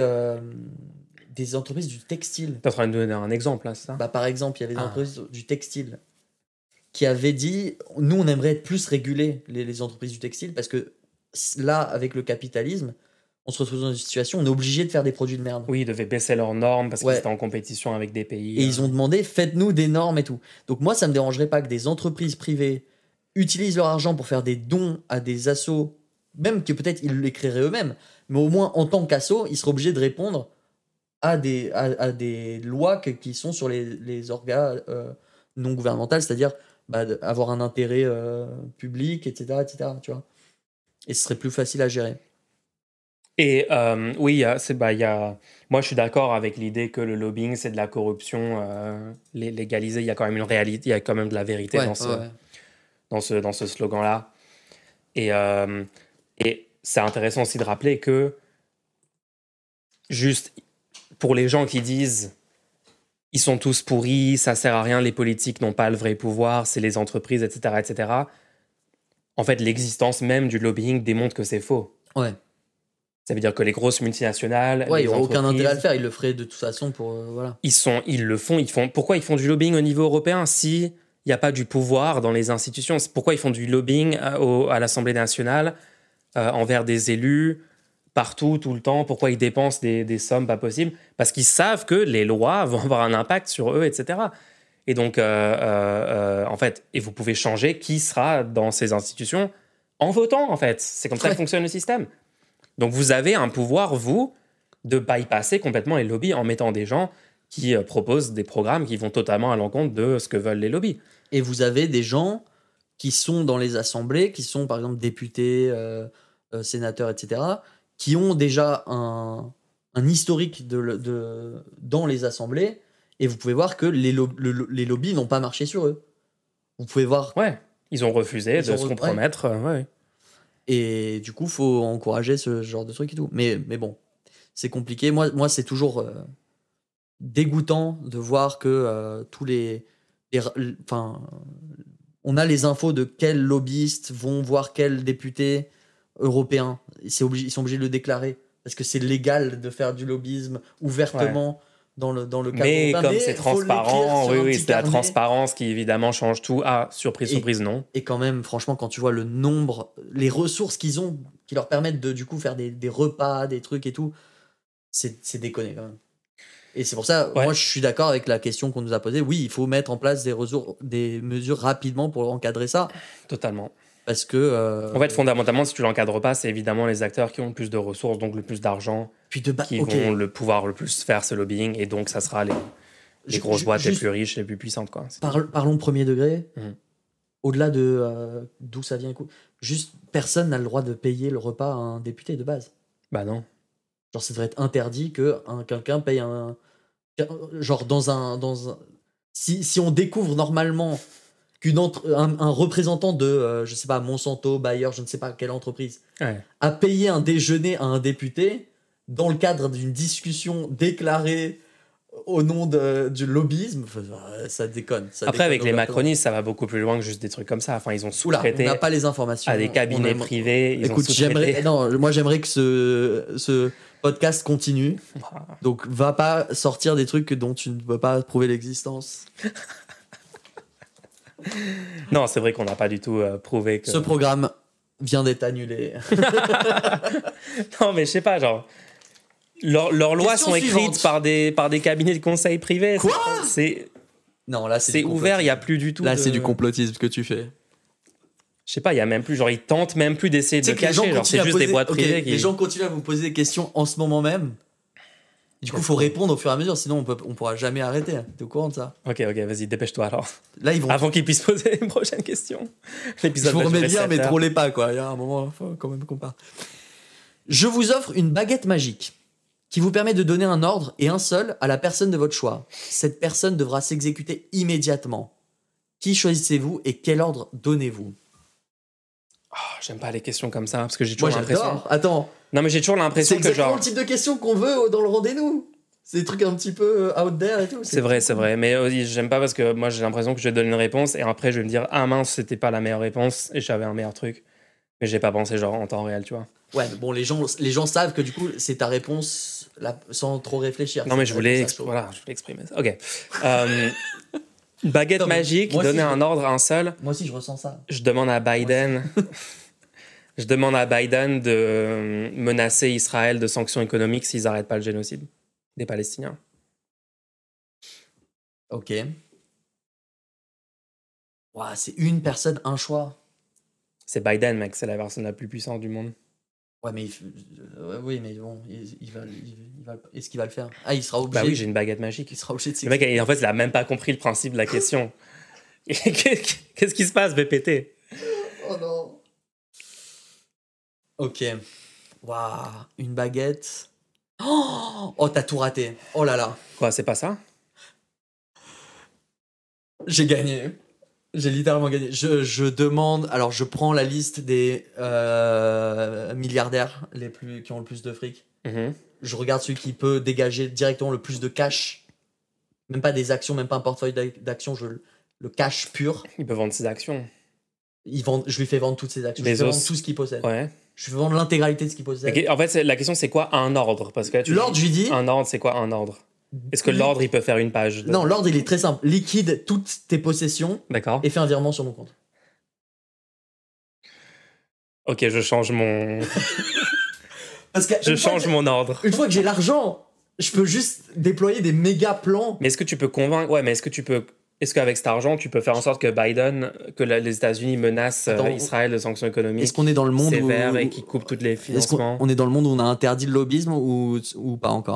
des entreprises du textile. T'es en train de donner un exemple là, c'est ça ? Bah, par exemple, il y avait des entreprises du textile qui avaient dit, nous on aimerait être plus réguler les entreprises du textile parce que là, avec le capitalisme, on se retrouve dans une situation où on est obligé de faire des produits de merde. Oui, ils devaient baisser leurs normes parce qu'ils étaient en compétition avec des pays. Et ils ont demandé, faites-nous des normes et tout. Donc moi, ça me dérangerait pas que des entreprises privées utilisent leur argent pour faire des dons à des assos, même que peut-être ils les créeraient eux-mêmes, mais au moins en tant qu'asso, ils seraient obligés de répondre à des lois qui sont sur les organes non gouvernementaux, c'est-à-dire avoir un intérêt public, etc., tu vois. Et ce serait plus facile à gérer. Et oui, moi je suis d'accord avec l'idée que le lobbying c'est de la corruption légalisée. Il y a quand même une réalité, il y a quand même de la vérité dans ce slogan-là. Et c'est intéressant aussi de rappeler que juste pour les gens qui disent ils sont tous pourris, ça sert à rien, les politiques n'ont pas le vrai pouvoir, c'est les entreprises, etc. En fait, l'existence même du lobbying démontre que c'est faux. Ouais. Ça veut dire que les grosses multinationales, ils n'ont aucun intérêt à le faire. Ils le feraient de toute façon pour voilà. Ils le font. Pourquoi ils font du lobbying au niveau européen si il n'y a pas du pouvoir dans les institutions ? Pourquoi ils font du lobbying à l'Assemblée nationale envers des élus partout, tout le temps ? Pourquoi ils dépensent des sommes pas possibles ? Parce qu'ils savent que les lois vont avoir un impact sur eux, etc. Et donc, en fait, et vous pouvez changer qui sera dans ces institutions en votant, en fait. C'est comme ça que fonctionne le système. Donc, vous avez un pouvoir, vous, de bypasser complètement les lobbies en mettant des gens qui proposent des programmes qui vont totalement à l'encontre de ce que veulent les lobbies. Et vous avez des gens qui sont dans les assemblées, qui sont, par exemple, députés, sénateurs, etc., qui ont déjà un historique dans les assemblées, et vous pouvez voir que les lobbies n'ont pas marché sur eux. Vous pouvez voir... Ouais, ils ont refusé de se compromettre. Ouais. Et du coup, il faut encourager ce genre de truc et tout. Mais bon, c'est compliqué. Moi c'est toujours dégoûtant de voir que tous on a les infos de quels lobbyistes vont voir quels députés européens. Ils sont obligés de le déclarer parce que c'est légal de faire du lobbyisme ouvertement dans le cadre. Mais comme c'est transparent, c'est la transparence qui évidemment change tout. Ah, surprise, non. Et quand même, franchement, quand tu vois le nombre, les ressources qu'ils ont, qui leur permettent de du coup faire des repas, des trucs et tout, c'est déconné quand même. Et c'est pour ça, moi, je suis d'accord avec la question qu'on nous a posée. Oui, il faut mettre en place des mesures rapidement pour encadrer ça. Totalement. Parce que... En fait, fondamentalement, si tu l'encadres pas, c'est évidemment les acteurs qui ont le plus de ressources, donc le plus d'argent, puis qui vont le pouvoir le plus faire ce lobbying, et donc ça sera les grosses boîtes les plus riches, les plus puissantes, quoi. Parlons premier degré. Mhm. Au-delà de d'où ça vient, juste personne n'a le droit de payer le repas à un député de base. Bah non. Genre, ça devrait être interdit que quelqu'un paye un... Genre, si on découvre normalement un représentant de, je sais pas, Monsanto, Bayer, je ne sais pas quelle entreprise, a payé un déjeuner à un député dans le cadre d'une discussion déclarée au nom du lobbyisme, ça déconne. Après, avec les macronistes, ça va beaucoup plus loin que juste des trucs comme ça. Enfin, ils ont sous-traité on n'a pas les informations. à des cabinets privés. Écoute, moi j'aimerais que ce podcast continue. Donc, va pas sortir des trucs dont tu ne peux pas prouver l'existence. Non, c'est vrai qu'on n'a pas du tout prouvé que... Ce programme vient d'être annulé. Non, mais je sais pas, genre... Leurs lois sont écrites par des cabinets de conseil privés. Quoi ? Non, là, c'est ouvert, il n'y a plus du tout. Là, c'est du complotisme que tu fais. Je sais pas, il y a même plus, genre, ils tentent même plus d'essayer de le cacher. Genre, c'est juste des boîtes privées. Les gens continuent à vous poser des questions en ce moment même. Du coup, il faut répondre au fur et à mesure, sinon on pourra jamais arrêter. T'es au courant de ça ? Ok, vas-y, dépêche-toi alors. Là, ils vont... Avant qu'ils puissent poser les prochaines questions. Je vous remets bien, mais trollez pas, quoi. Il y a un moment, il faut quand même qu'on parte. Je vous offre une baguette magique qui vous permet de donner un ordre, et un seul, à la personne de votre choix. Cette personne devra s'exécuter immédiatement. Qui choisissez-vous et quel ordre donnez-vous ? Oh, j'aime pas les questions comme ça, parce que j'ai toujours l'impression... Attends. Non, mais j'ai toujours l'impression que genre... C'est exactement le type de questions qu'on veut dans le rendez-vous. C'est des trucs un petit peu out there et tout. C'est vrai. Mais j'aime pas parce que moi, j'ai l'impression que je vais donner une réponse, et après, je vais me dire, ah mince, c'était pas la meilleure réponse, et j'avais un meilleur truc. Mais j'ai pas pensé genre en temps réel, tu vois. Ouais, mais bon, les gens savent que du coup, c'est ta réponse sans trop réfléchir. Non, mais je voulais exprimer ça. Ok. Une baguette magique, donner un ordre à un seul. Moi aussi, je ressens ça. Je demande à Biden... Je demande à Biden de menacer Israël de sanctions économiques s'ils n'arrêtent pas le génocide des Palestiniens. Ok. Ouah, c'est une personne, un choix. C'est Biden, mec, c'est la personne la plus puissante du monde. Ouais, mais oui, mais bon, il va, est-ce qu'il va le faire ? Ah, il sera obligé. Bah oui, j'ai une baguette magique. Il sera obligé de le mec, en fait, il a même pas compris le principe de la question. Qu'est-ce qui se passe, BPT ? Oh non. Ok. Waouh, une baguette. Oh, t'as tout raté. Oh là là. Quoi, c'est pas ça ? J'ai gagné. J'ai littéralement gagné. Je demande... Alors, je prends la liste des milliardaires qui ont le plus de fric. Mm-hmm. Je regarde celui qui peut dégager directement le plus de cash. Même pas des actions, même pas un portefeuille d'actions. Le cash pur. Il peut vendre ses actions. Je lui fais vendre toutes ses actions. Je lui fais vendre tout ce qu'il possède. Ouais. Je vais vendre l'intégralité de ce qu'il possède. Okay, en fait, la question, c'est quoi un ordre ? Parce que l'ordre, je lui dis... Un ordre, c'est quoi un ordre ? Est-ce que l'ordre, il peut faire une page ? Non, l'ordre, il est très simple. Liquide toutes tes possessions. D'accord. Et fais un virement sur mon compte. Ok, je change mon... mon ordre. Une fois que j'ai l'argent, je peux juste déployer des méga plans. Mais est-ce que tu peux convaincre... Ouais, mais est-ce qu'avec cet argent, tu peux faire en sorte que les États-Unis menacent Israël de sanctions économiques est-ce qu'on est dans le monde sévères et qui coupent tous les financements ? On est dans le monde où on a interdit le lobbyisme ou pas encore ?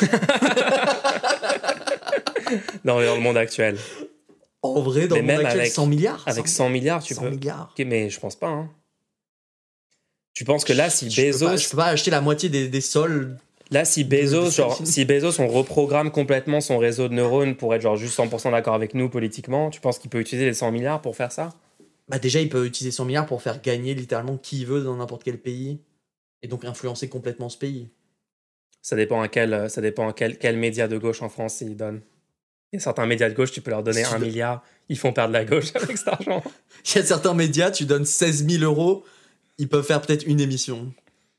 Dans le monde actuel. En vrai, dans le monde actuel, 100 milliards ? Avec 100 milliards, tu 100 peux... milliards. Okay, mais je pense pas. Hein. Tu penses que là, si Bezos... Je peux pas acheter la moitié des sols... Là, si Bezos, on reprogramme complètement son réseau de neurones pour être genre juste 100% d'accord avec nous politiquement, tu penses qu'il peut utiliser les 100 milliards pour faire ça ? Bah déjà, il peut utiliser 100 milliards pour faire gagner littéralement qui il veut dans n'importe quel pays et donc influencer complètement ce pays. Ça dépend à quel média de gauche en France il donne. Il y a certains médias de gauche, tu peux leur donner 1 milliard, ils font perdre la gauche avec cet argent. Il y a certains médias, tu donnes 16 000 €, ils peuvent faire peut-être une émission.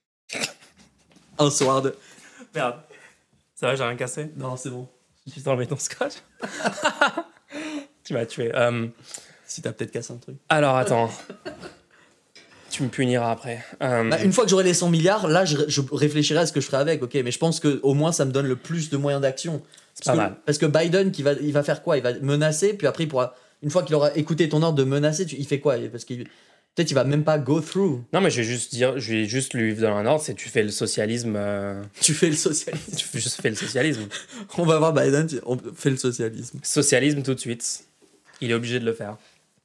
Un soir de... Merde. Ça va, j'ai rien cassé ? Non, c'est bon. J'ai juste enlevé ton scotch. Tu m'as tué. Si t'as peut-être cassé un truc. Alors, attends. Tu me puniras après. Une fois que j'aurai les 100 milliards, là, je réfléchirai à ce que je ferai avec, ok ? Mais je pense qu'au moins, ça me donne le plus de moyens d'action. Parce que Biden, il va faire quoi ? Il va menacer, puis après, une fois qu'il aura écouté ton ordre de menacer, il fait quoi ? Parce qu'il Peut-être il va même pas go through. Non, mais je vais juste lui donner un ordre, c'est tu fais le socialisme. Tu fais le socialisme. Tu fais juste fais le socialisme. On va voir Biden, on fait le socialisme. Socialisme tout de suite. Il est obligé de le faire.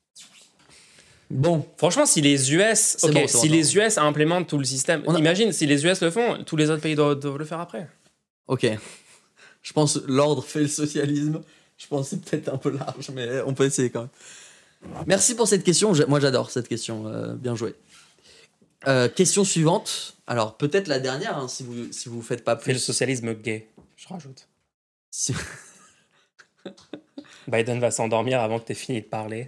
Bon, Franchement, si les US, C'est bon, si les US implémentent tout le système, imagine si les US le font, tous les autres pays doivent le faire après. ok. Je pense l'ordre fait le socialisme. Je pense que c'est peut-être un peu large, mais on peut essayer quand même. Merci pour cette question. Moi, j'adore cette question. Bien joué. Question suivante. Alors, peut-être la dernière, hein, si vous faites pas Fais le plus. socialisme gay, je rajoute. Si- Biden va s'endormir avant que tu aies fini de parler.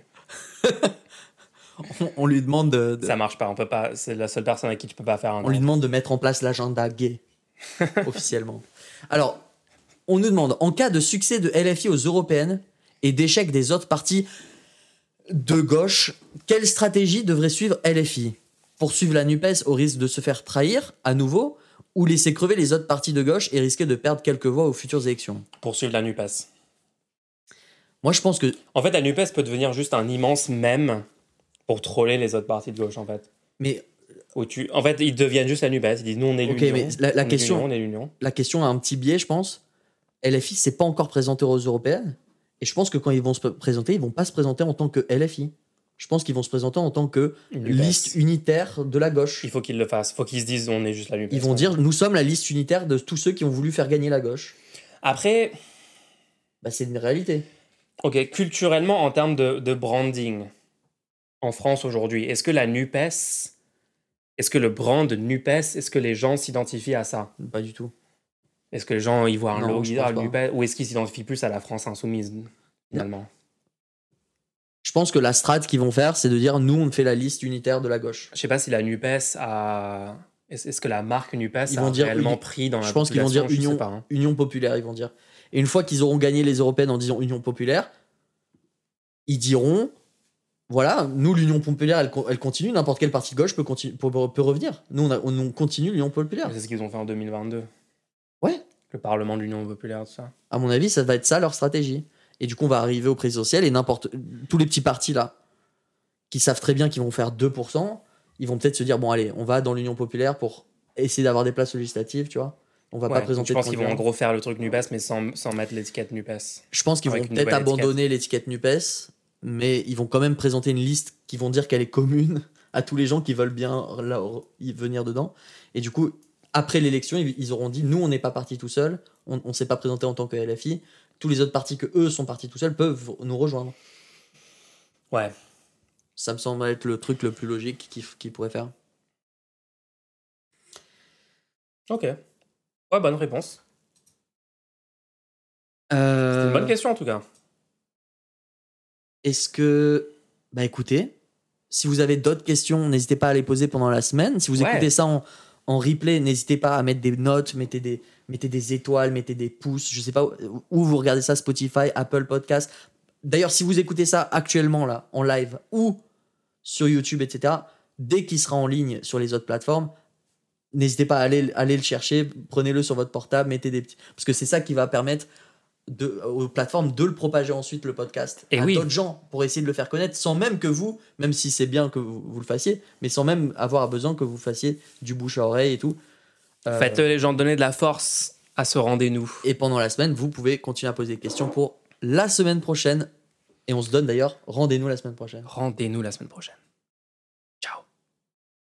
on lui demande de. Ça marche pas, on peut pas. C'est la seule personne à qui tu peux pas faire un. On lui demande de mettre en place l'agenda gay, officiellement. Alors, on nous demande, en cas de succès de LFI aux européennes et d'échec des autres partis de gauche, quelle stratégie devrait suivre LFI? Poursuivre la NUPES au risque de se faire trahir à nouveau, ou laisser crever les autres partis de gauche et risquer de perdre quelques voix aux futures élections? Poursuivre la NUPES. Moi, je pense que... En fait, la NUPES peut devenir juste un immense mème pour troller les autres partis de gauche, en fait. Mais En fait, ils deviennent juste la NUPES. Ils disent, nous, on est Ok, l'Union. mais la question- On est l'Union. la question a un petit biais, je pense. LFI s'est pas encore présenté aux européennes. Et je pense que quand ils vont se présenter, ils vont pas se présenter en tant que LFI. Je pense qu'ils vont se présenter en tant que Une liste unitaire de la gauche. Il faut qu'ils le fassent. Il faut qu'ils se disent, on est juste la NUPES. Ils vont dire, nous sommes la liste unitaire de tous ceux qui ont voulu faire gagner la gauche. Après, Bah, c'est une réalité. ok, culturellement, en termes de branding, en France aujourd'hui, est-ce que la NUPES, est-ce que le brand NUPES, est-ce que les gens s'identifient à ça? Pas du tout. Est-ce que les gens y voient un Non, logo je pense pas. NUPES, ou est-ce qu'ils s'identifient plus à la France insoumise, finalement? Je pense que la strat qu'ils vont faire, c'est de dire, nous, on fait la liste unitaire de la gauche. Je sais pas si la NUPES a... Est-ce que la marque NUPES Ils a vont dire réellement pris dans la Je pense qu'ils vont dire population? Je sais Union, pas, hein. Union populaire, ils vont dire. Et une fois qu'ils auront gagné les européennes en disant Union populaire, ils diront, voilà, nous, l'Union populaire, elle continue, n'importe quel parti de gauche peut revenir. Nous, on continue l'Union populaire. C'est ce qu'ils ont fait en 2022. Ouais. Le Parlement de l'Union populaire, tout ça. À mon avis, ça va être ça leur stratégie. Et du coup, on va arriver au présidentiel et tous les petits partis là, qui savent très bien qu'ils vont faire 2%, ils vont peut-être se dire, bon, allez, on va dans l'Union populaire pour essayer d'avoir des places législatives, tu vois. On va Ouais, pas présenter je pense de qu'ils vont en candidat. gros faire le truc NUPES, mais sans mettre l'étiquette NUPES. Je pense qu'ils vont Avec une peut-être nouvelle abandonner l'étiquette NUPES, mais ils vont quand même présenter une liste qui vont dire qu'elle est commune à tous les gens qui veulent bien y venir dedans. Et du coup, après l'élection, ils auront dit, nous, on n'est pas partis tout seuls, on ne s'est pas présenté en tant que LFI, tous les autres partis que eux sont partis tout seuls peuvent nous rejoindre. Ouais. Ça me semble être le truc le plus logique qu'ils pourraient faire. Ok. Ouais, bonne réponse. C'est une bonne question, en tout cas. Est-ce que... Bah écoutez, si vous avez d'autres questions, n'hésitez pas à les poser pendant la semaine. Si vous Ouais. écoutez ça en replay, n'hésitez pas à mettre des notes, mettez des étoiles, mettez des pouces. Je sais pas où vous regardez ça, Spotify, Apple Podcast. D'ailleurs, si vous écoutez ça actuellement là, en live ou sur YouTube, etc., dès qu'il sera en ligne sur les autres plateformes, n'hésitez pas à aller le chercher, prenez-le sur votre portable, mettez des petits... Parce que c'est ça qui va permettre aux plateformes de le propager ensuite, le podcast, Et à oui. d'autres gens, pour essayer de le faire connaître, sans même que vous, même si c'est bien que vous le fassiez, mais sans même avoir besoin que vous fassiez du bouche à oreille et tout. Faites les gens donner de la force à ce rendez-nous. Et pendant la semaine, vous pouvez continuer à poser des questions pour la semaine prochaine. Et on se donne d'ailleurs rendez-nous la semaine prochaine. Rendez-nous la semaine prochaine.